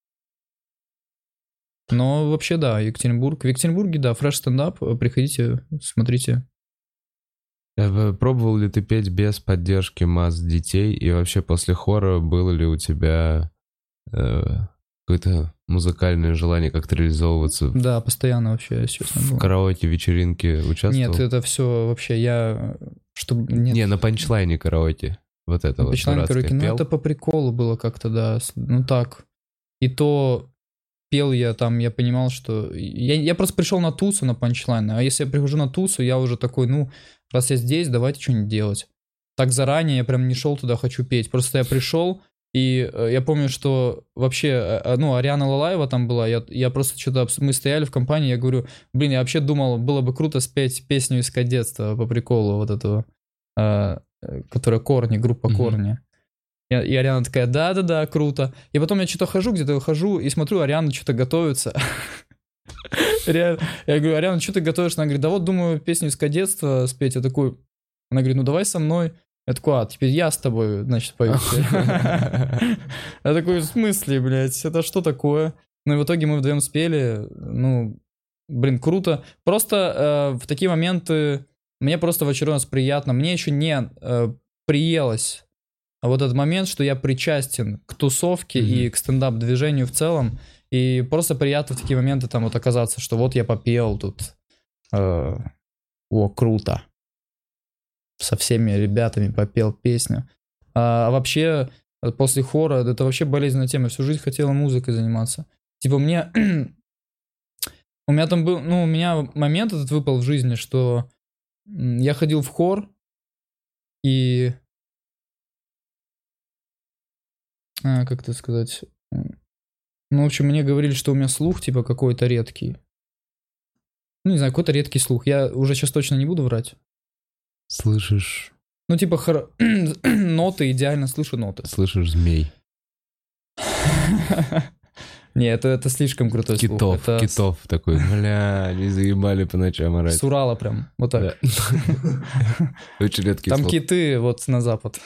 Но вообще, да, Екатеринбург. В Екатеринбурге, да, фреш-стендап. Приходите, смотрите. Пробовал ли ты петь без поддержки масс детей? И вообще после хора было ли у тебя э, какое-то музыкальное желание как-то реализовываться? Да, постоянно вообще, честно. В караоке, вечеринке участвовал? Нет, это все вообще я... Чтобы... Нет. Не, на панчлайне караоке. Вот это вот панчлайн караоке, ну это по приколу было как-то, да. Ну так. И то пел я там, я понимал, что... Я, я просто пришел на тусу, на панчлайн. А если я прихожу на тусу, я уже такой, ну, раз я здесь, давайте что-нибудь делать. Так заранее я прям не шел туда, хочу петь. Просто я пришел, и я помню, что вообще, ну, Ариана Лалаева там была, я, я просто что-то... Мы стояли в компании, я говорю, блин, я вообще думал, было бы круто спеть песню из кадетства по приколу вот этого, э, которая Корни, группа mm-hmm. Корни. И, и Ариана такая, да-да-да, круто. И потом я что-то хожу, где-то хожу, и смотрю, Ариана что-то готовится. Я говорю, Ариана, что ты готовишь? Она говорит, да вот, думаю, песню из кадетства спеть. Я такой, она говорит, ну давай со мной. Я такой, а, теперь я с тобой, значит, пою. Я такой, в смысле, блядь, это что такое? Ну и в итоге мы вдвоем спели, ну, блин, круто. Просто э, в такие моменты мне просто в очередной раз приятно. Мне еще не э, приелось вот этот момент, что я причастен к тусовке mm-hmm. и к стендап-движению в целом. И просто приятно в такие моменты там вот оказаться, что вот я попел тут. Э, о, круто. Со всеми ребятами попел песню. А, а вообще, после хора, это вообще болезненная тема. Всю жизнь хотела музыкой заниматься. Типа мне... у меня там был... Ну, у меня момент этот выпал в жизни, что я ходил в хор, и... А, как это сказать? Ну, в общем, мне говорили, что у меня слух, типа, какой-то редкий. Ну, не знаю, какой-то редкий слух. Я уже сейчас точно не буду врать. Слышишь? Ну, типа, хор... ноты, идеально слышу ноты. Слышишь змей? Не, это, это слишком крутой слух. Китов, это... китов такой, бля, не заебали по ночам орать. С Урала прям, вот так. Очень редкий слух. Там слух. киты вот на запад.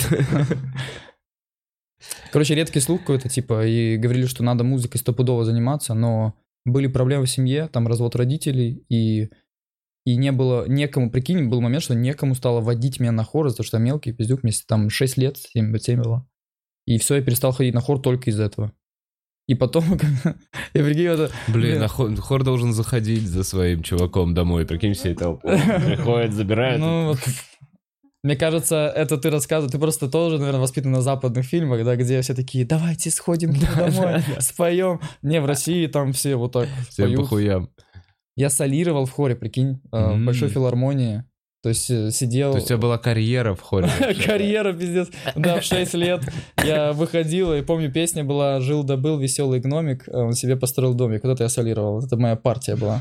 Короче, редкий слух какой-то, типа, и говорили, что надо музыкой стопудово заниматься, но были проблемы в семье, там развод родителей, и... И не было некому, прикинь, был момент, что некому стало водить меня на хор, потому что я мелкий пиздюк, мне там шесть лет, семь было. И все, я перестал ходить на хор только из-за этого. И потом, я прикинь, это... Блин, а хор, хор должен заходить за своим чуваком домой, прикинь, всей толпой. Приходит, забирает. Ну, вот, мне кажется, это ты рассказываешь, ты просто тоже, наверное, воспитан на западных фильмах, да, где все такие, давайте сходим домой, споем. Не, в России там все вот так всем по хуям. Я солировал в хоре, прикинь, mm-hmm. в Большой филармонии. То есть сидел... То есть у тебя была карьера в хоре? Карьера, пиздец. Да, в шесть лет я выходил, и помню, песня была «Жил да был веселый гномик», он себе построил домик. Вот это я солировал, это моя партия была.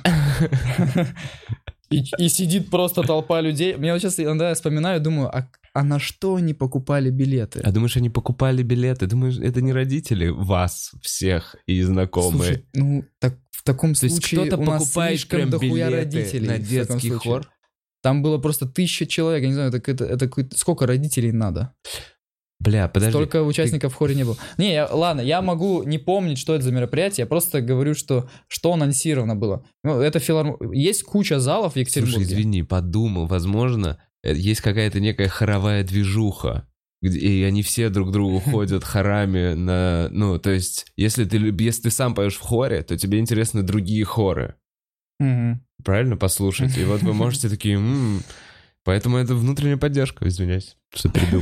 И, и сидит просто толпа людей. Мне вот сейчас иногда я вспоминаю, думаю, а, а на что они покупали билеты? А думаешь, они покупали билеты? Думаешь, это не родители вас всех и знакомые? Слушай, ну, так, в таком То случае кто-то у нас покупает слишком прям дохуя билеты родителей. На детский хор? Там было просто тысяча человек, я не знаю, это, это, это сколько родителей надо? Бля, подожди. Столько участников ты... в хоре не было. Не, я, ладно, я могу не помнить, что это за мероприятие, я просто говорю, что, что анонсировано было. Ну, это филарм... Есть куча залов в Екатеринбурге. Слушай, извини, подумал, возможно, есть какая-то некая хоровая движуха, где, и они все друг другу ходят хорами на... Ну, то есть, если ты, если ты сам поешь в хоре, то тебе интересны другие хоры. Угу. Правильно послушать? И вот вы можете такие... М-м". Поэтому это внутренняя поддержка, извиняюсь, что перебил.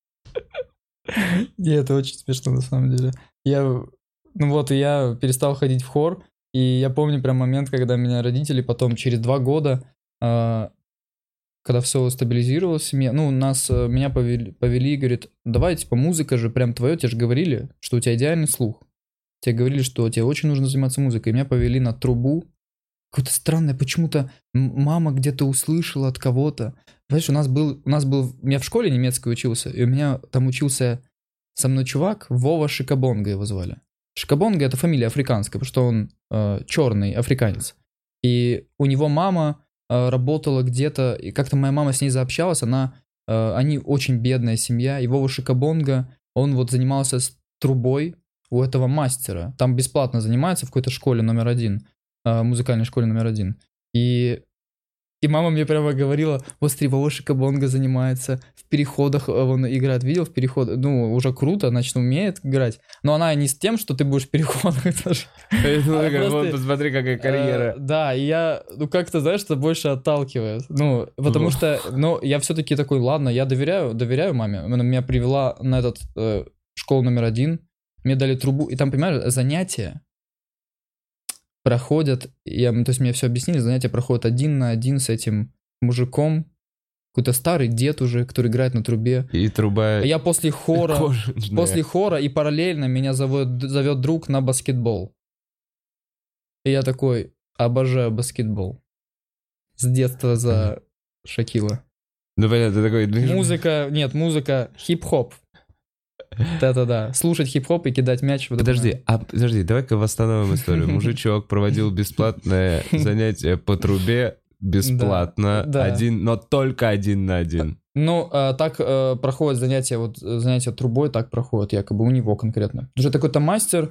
Не, это очень смешно на самом деле. Я, ну вот, и я перестал ходить в хор, и я помню прям момент, когда меня родители потом через два года, э, когда все стабилизировалось в семье, ну, нас, меня повели, повели, говорит, давай, типа, музыка же прям твое, тебе же говорили, что у тебя идеальный слух. Тебе говорили, что тебе очень нужно заниматься музыкой. И меня повели на трубу. Какое-то странное, почему-то мама где-то услышала от кого-то. Понимаешь, у нас был, у нас был, я в школе немецкой учился, и у меня там учился со мной чувак, Вова Шикабонга его звали. Шикабонга — это фамилия африканская, потому что он э, черный африканец. И у него мама э, работала где-то, и как-то моя мама с ней заобщалась, она, э, они очень бедная семья, и Вова Шикабонга, он вот занимался с трубой у этого мастера. Там бесплатно занимается в какой-то школе номер один, э, музыкальной школе номер один. И И мама мне прямо говорила, вот смотри, Вовошика Бонго занимается, в переходах он играет. Видел в переходах? Ну, уже круто, значит, умеет играть. Но она не с тем, что ты будешь в переходах. Вот, посмотри, какая карьера. Да, и я, ну, как-то, знаешь, это больше отталкивает. Ну, потому что, ну, я все-таки такой, ладно, я доверяю, доверяю маме. Она меня привела на этот школу номер один, мне дали трубу, и там, понимаешь, занятия проходят, я, то есть мне все объяснили, занятия проходят один на один с этим мужиком, какой-то старый дед уже, который играет на трубе. И труба... Я после хора, кожаная. После хора и параллельно меня зовет, зовет друг на баскетбол. И я такой, обожаю баскетбол. С детства за Шакила. Ну понятно, ты такой... Музыка, нет, музыка, хип-хоп. Да-да-да, слушать хип-хоп и кидать мяч. Подожди, а подожди, давай-ка восстановим историю. Мужичок проводил бесплатное занятие по трубе, бесплатно, да, да. один, но только один на один. Ну, а, так а, проходит занятие, вот занятие трубой так проходит, якобы у него конкретно. Уже такой-то мастер.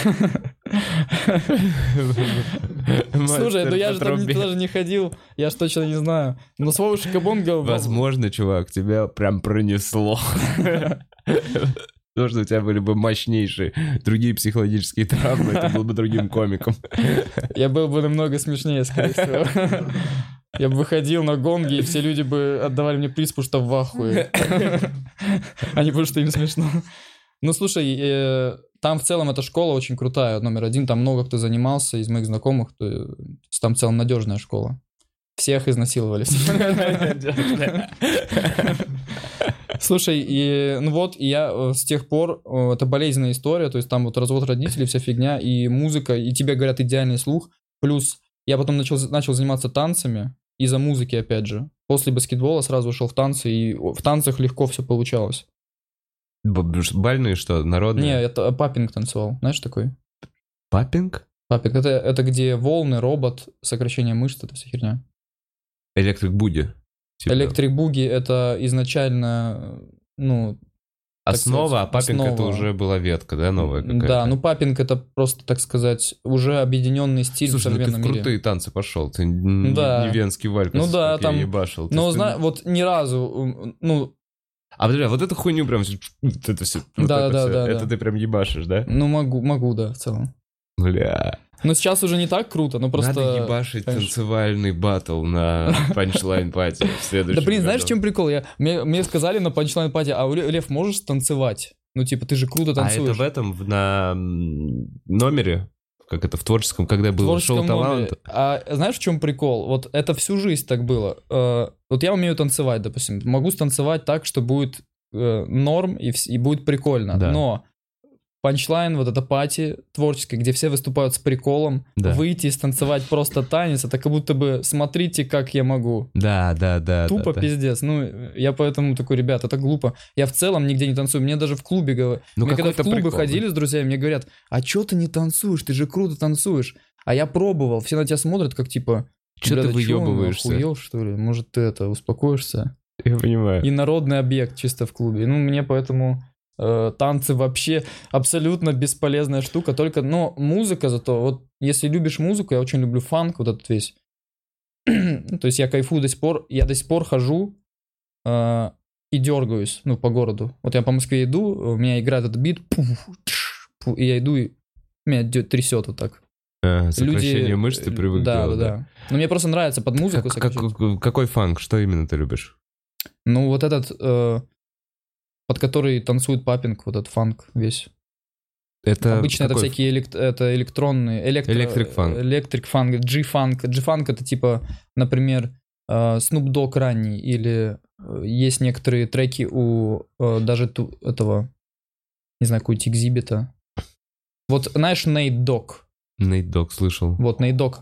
Слушай, ну я же там тоже не ходил, я ж точно не знаю. Но с Вовушкой Бонго... Возможно, чувак, тебя прям пронесло. Потому что у тебя были бы мощнейшие другие психологические травмы, ты был бы другим комиком. Я был бы намного смешнее, скорее всего. Я бы выходил на гонги, и все люди бы отдавали мне приз, потому что в ахуе. А не потому что им смешно. Ну, слушай, э, там в целом эта школа очень крутая, номер один. Там много кто занимался из моих знакомых. То, там в целом надежная школа. Всех изнасиловали. Слушай, и, ну вот, и я с тех пор, это болезненная история, то есть там вот развод родителей, вся фигня, и музыка, и тебе говорят идеальный слух. Плюс я потом начал, начал заниматься танцами из-за музыки, опять же. После баскетбола сразу ушел в танцы, и в танцах легко все получалось. Бальные что, народные? Не, это паппинг танцевал, знаешь такой? Паппинг? Паппинг, это, это где волны, робот, сокращение мышц, это вся херня. Электрик буги. Типа. Электрик буги это изначально, ну... Основа, сказать, а паппинг основа. Это уже была ветка, да, новая какая-то? Да, ну паппинг это просто, так сказать, уже объединенный стиль. Слушай, в современном ну ты в мире. Крутые танцы пошел, ты ну, да. не венский валькас, ну, да, как там, я ебашил. Но, зна... ты... вот ни разу, ну... А, подожди, вот эту хуйню прям... Это все, вот да, это да, все. да, это да. ты прям ебашишь, да? Ну, могу, могу, да, в целом. Бля... Но сейчас уже не так круто, но просто... Надо ебашить конечно. Танцевальный баттл на панчлайн пати в следующем Да блин, году. знаешь, в чем прикол? Я, мне, мне сказали на панчлайн пати, а Лев, можешь танцевать? Ну типа, ты же круто танцуешь. А это в этом, на номере? Как это, в творческом, когда было шоу «Талант»? А знаешь, в чем прикол? Вот это всю жизнь так было. Вот я умею танцевать, допустим. Могу станцевать так, что будет норм и, и будет прикольно. Да. Но... Панчлайн, вот это пати творческое, где все выступают с приколом, да. Выйти и станцевать просто танец, это как будто бы смотрите, как я могу. Да, да, да. Тупо да, пиздец. Да. Ну, я поэтому такой, ребят, это глупо. Я в целом нигде не танцую. Мне даже в клубе говорят. Ну, мне когда в клубы прикол, ходили да? с друзьями, мне говорят, а чё ты не танцуешь? Ты же круто танцуешь. А я пробовал. Все на тебя смотрят, как типа, чё ты выебываешься? Охуел, что ли? Может, ты это, успокоишься? Я понимаю. И народный объект чисто в клубе. Ну, мне поэтому... Танцы вообще абсолютно бесполезная штука, только, но музыка зато, вот если любишь музыку, я очень люблю фанк, вот этот весь, то есть я кайфую до сих пор, я до сих пор хожу э, и дергаюсь, ну, по городу, вот я по Москве иду, у меня играет этот бит, пуф, тш, пуф, и я иду, и меня трясет вот так. А, сокращение Люди... мышц ты привык да, делать, да, да? да. Но мне просто нравится под музыку как, как, какой фанк, что именно ты любишь? Ну, вот этот... Э, под который танцует паппинг, вот этот фанк весь. Это обычно это всякие элект... это электронные... Электро... Электрик фанк. Электрик фанк, G-фанк. G-фанк это типа, например, Snoop Dogg ранний, или есть некоторые треки у даже ту... этого, не знаю, какой-то экзибита. Вот знаешь Nate Dogg? Nate Dogg слышал. Вот Nate Dogg.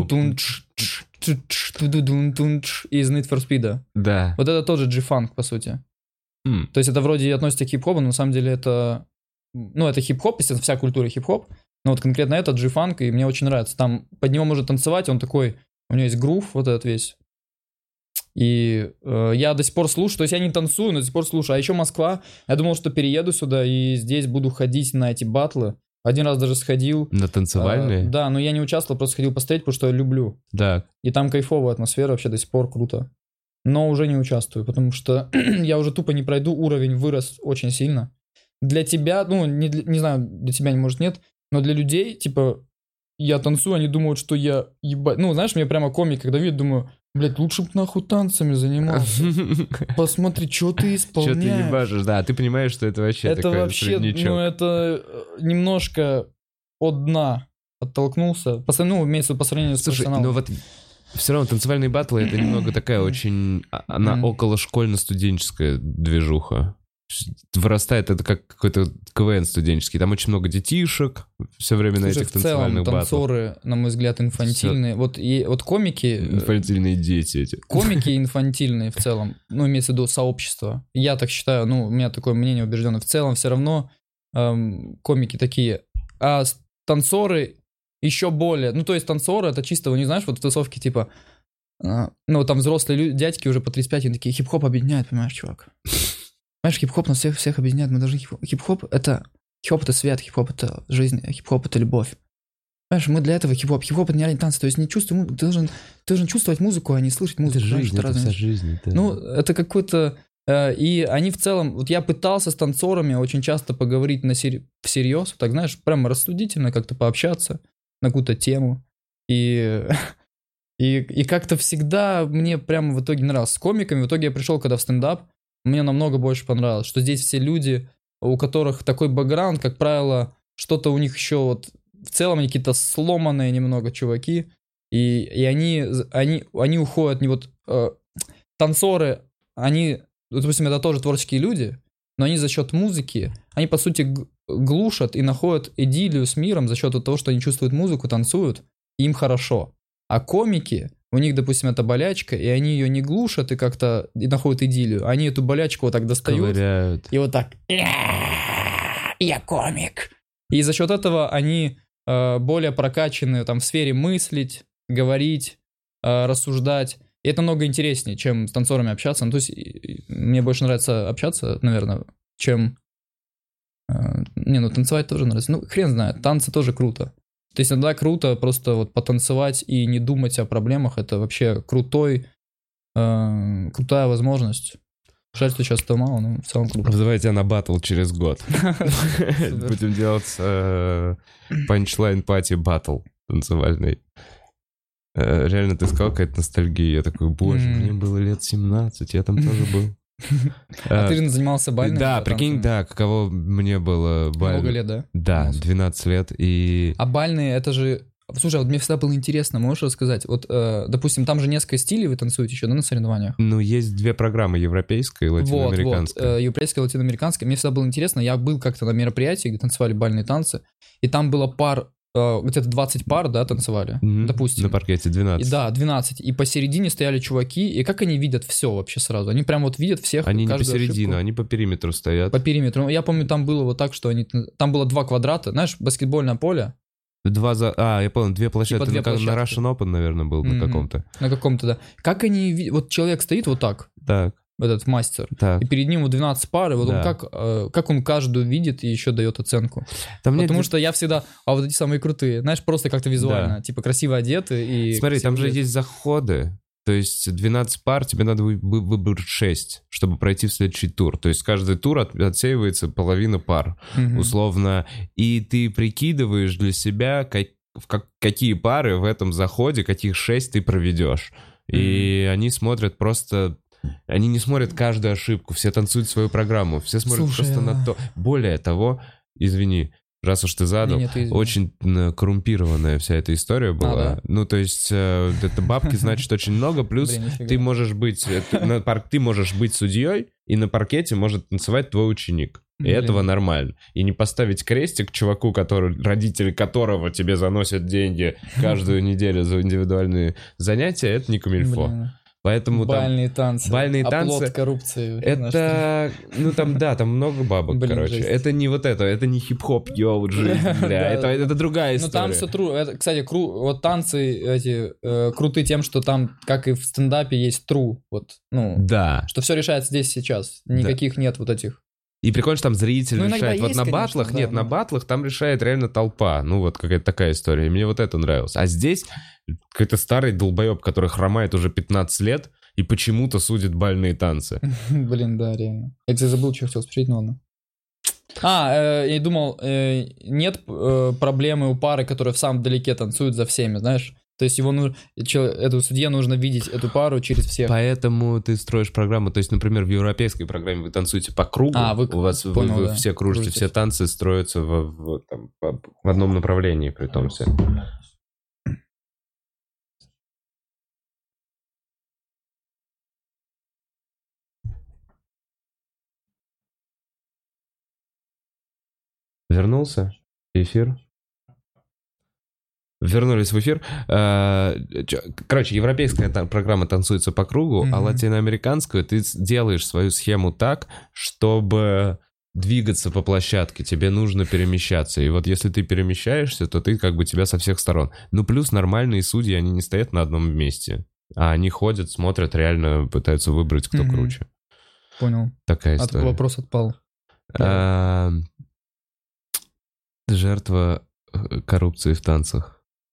Из Need for Speed. Да. Вот это тоже G-фанк, по сути. Mm. То есть это вроде и относится к хип-хопу, но на самом деле это... Ну, это хип-хоп, естественно, вся культура хип-хоп. Но вот конкретно это G-фанк, и мне очень нравится. Там под него можно танцевать, он такой... У него есть грув вот этот весь. И э, я до сих пор слушаю, то есть я не танцую, но до сих пор слушаю. А еще Москва, я думал, что перееду сюда и здесь буду ходить на эти баттлы. Один раз даже сходил. На танцевальные? А, да, но я не участвовал, просто ходил посмотреть, потому что я люблю. Да. И там кайфовая атмосфера, вообще до сих пор круто. Но уже не участвую, потому что я уже тупо не пройду, уровень вырос очень сильно. Для тебя, ну, не, для, не знаю, для тебя, может, нет, но для людей, типа, я танцую, они думают, что я ебать. Ну, знаешь, мне прямо комик, когда видят, думаю, блядь, лучше бы нахуй танцами занимался. Посмотри, что ты исполняешь. Что ты ебашишь, да, ты понимаешь, что это вообще это такой вообще, среднячок. ну, это немножко от дна оттолкнулся. По, ну, имеется по сравнению с Слушай, профессионалом. ну вот все равно танцевальные батлы это немного такая очень, она Мгм. около школьно-студенческая движуха. Вырастает это как какой-то КВН студенческий. Там очень много детишек все время на Слушай, этих в целом танцевальных батлах. танцоры, на мой взгляд, инфантильные. Вот, и, вот комики... э, Инфантильные дети эти. Комики инфантильные в целом, ну, имеется в виду сообщество. Я так считаю, ну, у меня такое мнение убежденное. В целом все равно эм, комики такие. А с- танцоры еще более... Ну, то есть танцоры, это чисто, вы не знаешь, вот в тусовке типа... а, ну, там взрослые люди, дядьки уже по тридцать пять, они такие, хип-хоп объединяет, понимаешь, чувак? Понимаешь, хип-хоп нас всех, всех объединяет, мы должны... Хип-хоп, хип-хоп это... Хип-хоп это свет, хип-хоп это жизнь, хип-хоп это любовь. Понимаешь, мы для этого хип-хоп. Хип-хоп это не реальный танцы, то есть не чувствуй, му- ты должен, ты должен чувствовать музыку, а не слышать музыку. Это Знаешь, жизнь, это это разные вся вещи. жизнь. это- Ну, это какой-то... э, и они в целом... Вот я пытался с танцорами очень часто поговорить на сер- всерьез, так, знаешь, прям рассудительно как-то пообщаться на какую-то тему. И... И, и как-то всегда мне прямо в итоге нравилось. С комиками в итоге я пришел, когда в стендап, мне намного больше понравилось, что здесь все люди, у которых такой бэкграунд, как правило, что-то у них еще вот... В целом они какие-то сломанные немного чуваки, и, и они, они, они уходят, не вот... э, танцоры, они, ну, допустим, это тоже творческие люди, но они за счет музыки, они, по сути, г- глушат и находят идиллию с миром за счет того, что они чувствуют музыку, танцуют, и им хорошо. А комики, у них, допустим, это болячка, и они ее не глушат и как-то и находят идиллию. Они эту болячку вот так достают, Ковыряют. и вот так «Я комик». И за счет этого они э, более прокачаны там в сфере мыслить, говорить, э, рассуждать. И это много интереснее, чем с танцорами общаться. Ну, то есть и- и мне больше нравится общаться, наверное, чем... э, не, ну танцевать тоже нравится. Ну, хрен знает, танцы тоже круто. То есть иногда круто просто вот потанцевать и не думать о проблемах. Это вообще крутой, э, крутая возможность. Жаль, что сейчас это мало, но в целом круто. Вызывай тебя на батл через год. Будем делать э, панчлайн-пати батл танцевальный. Э, Реально, ты сказал, какая-то ностальгия. Я такой, боже, М. мне было лет семнадцать, я там тоже был. А Э, ты же занимался бальными Да, танцами? прикинь, да, каково мне было Много бально. лет, да? Да, двенадцать лет, и... А бальные, это же... Слушай, а вот мне всегда было интересно, можешь рассказать? Вот, э, допустим, там же несколько стилей вы танцуете еще, да, на соревнованиях? Ну, есть две программы, европейская и Вот, вот, латиноамериканская. э, европейская, латиноамериканская. Мне всегда было интересно, я был как-то на мероприятии, где танцевали бальные танцы, и там было пар, э, где-то двадцать пар, да, танцевали, Мгм. допустим. На паркете И двенадцать. да, двенадцать. И посередине стояли чуваки, и как они видят все вообще сразу? Они прям вот видят всех, Они не каждую посередину, ошибку. они по периметру стоят. По периметру. Ну, я помню, там было вот так, что они... Там было два квадрата, знаешь, баскетбольное поле, Два за... А, я понял, две площадки. две Ну, как на площадки. Russian Open, наверное, был на Мгм. каком-то. на каком-то, да. Как они... ви- Вот человек стоит вот так, Так, этот мастер, так. и перед ним вот двенадцать пар, и вот Да. он как, э, как он каждую видит и еще дает оценку. Там нет... Потому что я всегда... А вот эти самые крутые, знаешь, просто как-то визуально, Да. типа красиво одеты и... Смотри, там же красиво есть заходы. То есть двенадцать пар, тебе надо вы- вы- выбрать шесть, чтобы пройти в следующий тур. То есть каждый тур от- отсеивается половина пар, одеты. Мгм. условно. И ты прикидываешь для себя, как- в как- какие пары в этом заходе, каких шесть ты проведешь. И они смотрят просто... Они не смотрят каждую ошибку, все танцуют свою программу, все смотрят Слушай, просто на а- то. Более того, извини, раз уж ты задал, Не, не, ты извини. очень м, коррумпированная вся эта история была. да? Ну, то есть, э, это бабки значит очень много, плюс Блин, нифига. ты можешь быть, э, ты, на пар- ты можешь быть судьей, и на паркете может танцевать твой ученик. И Блин. этого нормально. И не поставить крестик чуваку, который, родители которого тебе заносят деньги каждую неделю за индивидуальные занятия, это не камильфо. Блин. Поэтому там... Бальные танцы. бальные Оплот танцы- коррупции. знаешь, Это, ну там, да, там много бабок, Блин, короче. жесть. Это не вот это, это не хип-хоп, йоу, жизнь, бля. Да, Это, да. это другая Ну история. там все тру. Это, кстати, кру... вот танцы эти э, круты тем, что там, как и в стендапе, есть тру. Вот, ну, Да. что все решается здесь и сейчас. Никаких нет вот этих И прикольно, что там зритель ну, решает. Вот есть, на конечно, батлах, да, нет, но... на батлах там решает реально толпа. Ну, вот какая-то такая история. И мне вот это нравилось. А здесь какой-то старый долбоеб, который хромает уже пятнадцать лет и почему-то судит бальные танцы. Блин, да, реально. Я, кстати, забыл, что хотел спросить, но ладно. А, э, я думал, э, нет э, проблемы у пары, которая в самом далеке танцует за всеми, знаешь? То есть его нужно, эту судье нужно видеть, эту пару через всех. Поэтому ты строишь программу. То есть, например, в европейской программе вы танцуете по кругу, а, вы, у вас понял, вы, вы да. все кружите, Кружите. все танцы строятся в, в, там, в одном направлении, при том все. Вернулся эфир? Вернулись в эфир. Короче, европейская программа танцуется по кругу, mm-hmm. а латиноамериканскую ты делаешь свою схему так, чтобы двигаться по площадке, тебе нужно перемещаться. И вот если ты перемещаешься, то ты как бы тебя со всех сторон. Ну, плюс нормальные судьи, они не стоят на одном месте, а они ходят, смотрят, реально пытаются выбрать, кто mm-hmm. круче. Понял. Такая история. От, вопрос отпал. А, жертва коррупции в танцах.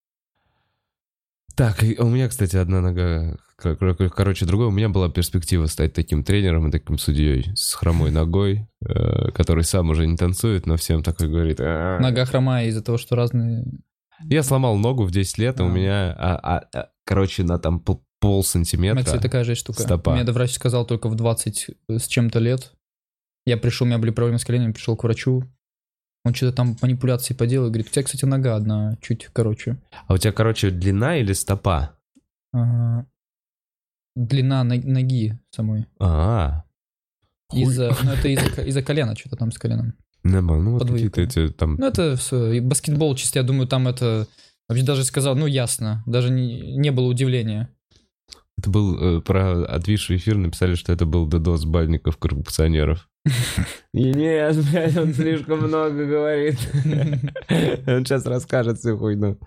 Так, у меня, кстати, одна нога, короче, другой. У меня была перспектива стать таким тренером и таким судьей с хромой ногой, который сам уже не танцует, но всем такой говорит. А-а-а. Нога хромая из-за того, что разные... Я сломал ногу в десять лет, а у меня, а, а, короче, на там пол сантиметра. Кстати, такая же штука. Стопа. Мне врач сказал только в двадцать с чем-то лет. Я пришел, у меня были проблемы с коленями, пришел к врачу. Он что-то там манипуляции поделал, говорит, у тебя, кстати, нога одна чуть короче. А у тебя, короче, длина или стопа? А, длина ноги самой. А, из-за, ну это из-за, из-за колена, что-то там с коленом. Ну, ну вот какие-то эти там... Ну это все, и баскетбол чисто, я думаю, там это... Вообще даже сказал, ну ясно, даже не, не было удивления. Это был, э, про отвисший эфир написали, что это был дедос бальников-коррупционеров. И нет, блядь, он слишком много говорит. Он сейчас расскажет всю хуйню.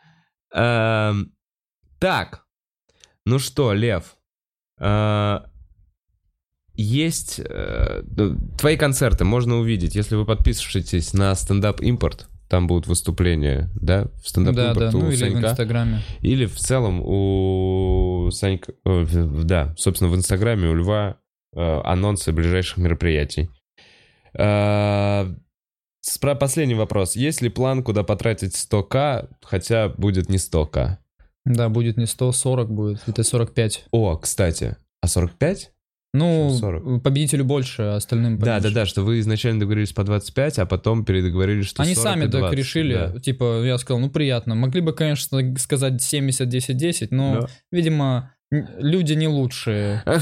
Так, ну что, Лев, есть твои концерты, можно увидеть, если вы подпишетесь на стендап импорт. Там будут выступления, да, в стендап да, импорт да, у ну, или Санька. в Инстаграме. Или в целом у Санька, да, собственно, в Инстаграме у Льва анонсы ближайших мероприятий. Последний вопрос. Есть ли план, куда потратить сто тысяч, хотя будет не сто тысяч? Да, будет не сто, сорок будет, это сорок пять. О, кстати, а сорок пять? Ну, сорок. Победителю больше, а остальным поменьше. Да, да, да, что вы изначально договорились по двадцать пять, а потом передоговорились, что Они сорок сами и двадцать, так решили, да. Типа, я сказал, ну, приятно. Могли бы, конечно, сказать семьдесят десять десять, но, да. видимо, люди не лучшие. Да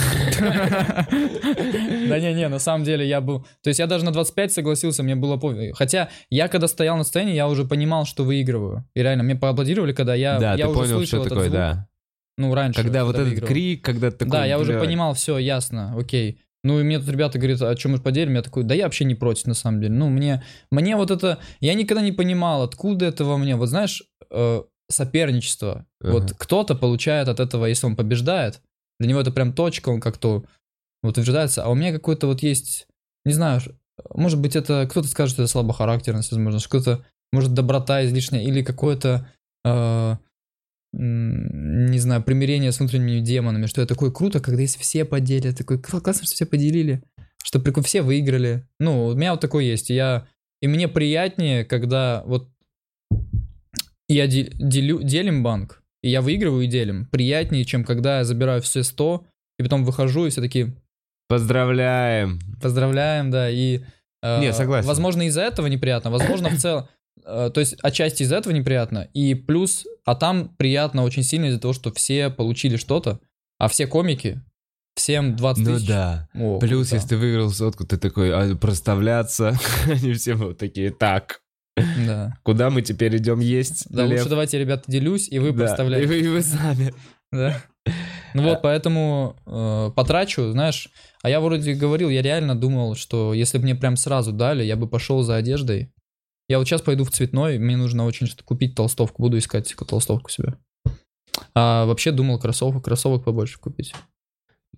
не-не, на самом деле я был... То есть я даже на двадцать пять согласился, мне было пофиг. Хотя я, когда стоял на сцене, я уже понимал, что выигрываю. И реально, мне поаплодировали, когда я, да, я ты уже понял, слышал что этот такое, звук. Да. Ну, раньше. Когда, когда вот этот выигрывал. крик, когда ты такой... Да, я бля... уже понимал, все, ясно, окей. Ну, и мне тут ребята говорят, о чем мы поделим? Я такой, да я вообще не против, на самом деле. Ну, мне, мне вот это... Я никогда не понимал, откуда это во мне. Вот знаешь, э, соперничество. Uh-huh. Вот кто-то получает от этого, если он побеждает, для него это прям точка, он как-то вот утверждается. А у меня какой-то вот есть... Не знаю, может быть, это... Кто-то скажет, что это слабохарактерность, возможно. Что-то, может, доброта излишняя или какое-то... Э, не знаю, примирение с внутренними демонами, что это такое круто, когда если все поделят, такой классно, что все поделили, что прикольно, все выиграли. Ну, у меня вот такое есть, и я, и мне приятнее, когда вот я делю, делим банк, и я выигрываю и делим, приятнее, чем когда я забираю все сто, и потом выхожу, и все такие... Поздравляем! Поздравляем, да, и... Э, Не, согласен. Возможно, из-за этого неприятно, возможно, в целом... То есть отчасти из-за этого неприятно, и плюс, а там приятно очень сильно из-за того, что все получили что-то, а все комики, всем двадцать тысяч. Ну да, О, плюс, да. Если ты выиграл сотку, ты такой, а, проставляться, они все вот такие, так, да. Куда мы теперь идем есть? Да, Лев? Лучше давайте, ребята, делюсь, и вы да, проставляете. И вы, и вы сами. Да. Ну вот, поэтому э, потрачу, знаешь, а я вроде говорил, я реально думал, что если бы мне прям сразу дали, я бы пошел за одеждой. Я вот сейчас пойду в цветной, мне нужно очень что-то купить толстовку, буду искать толстовку себе. А вообще думал кроссовок, кроссовок побольше купить.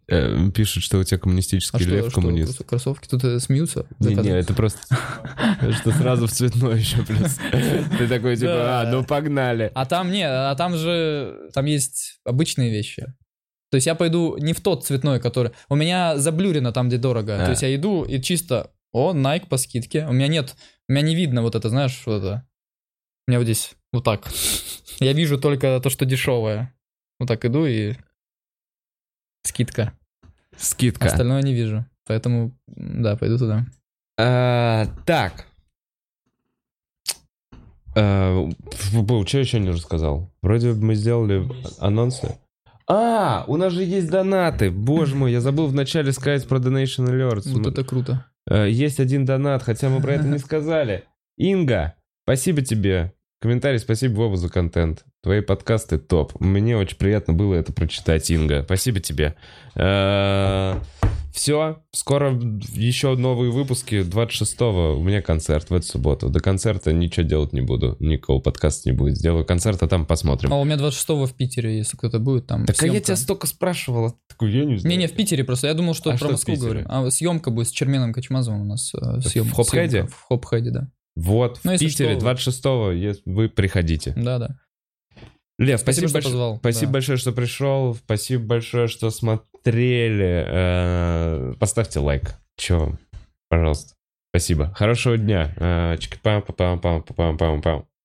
Э, пишут, что у тебя коммунистический а лев, что, коммунист. Что, кроссовки тут э, смеются? Не-не, это просто, что сразу в цветной еще плюс. Ты такой, типа, а, ну погнали. А там, не, а там же, там есть обычные вещи. То есть я пойду не в тот цветной, который... У меня заблюрено там, где дорого. То есть я иду и чисто, о, Nike по скидке. У меня нет, у меня не видно вот это, знаешь, что это. У меня вот здесь вот так. Я вижу только то, что дешевое. Вот так иду и... Скидка. Скидка. Остальное не вижу. Поэтому, да, пойду туда. А, так. А, что еще не рассказал? Вроде бы мы сделали анонсы. А, у нас же есть донаты. Боже мой, я забыл вначале сказать про Donation Alerts. Вот это круто. Есть один донат, хотя мы про это не сказали. Инга, спасибо тебе. Комментарий, спасибо Вова за контент. Твои подкасты топ. Мне очень приятно было это прочитать, Инга. Спасибо тебе. Все, скоро еще новые выпуски. двадцать шестого у меня концерт в эту субботу. До концерта ничего делать не буду. Никакого подкаста не будет. Сделаю концерт, а там посмотрим. А у меня двадцать шестого в Питере, если кто-то будет там. Так съемка. а я тебя столько спрашивал. Такой, я не знаю. Не-не, в Питере просто. Я думал, что а про Москву говорю. А съемка будет с Черменом Кочмазовым у нас. Э, съем... В Хопхеде? В Хопхеде, да. Вот, ну, в Питере что... двадцать шестого вы приходите. Да-да. Лев, спасибо, спасибо, больш... что позвал. спасибо да. большое, что пришел. Спасибо большое, что смотрели. Поставьте лайк. Че вам? Пожалуйста. Спасибо. Хорошего дня. Чики-пам-пам-пам-пам-пам-пам.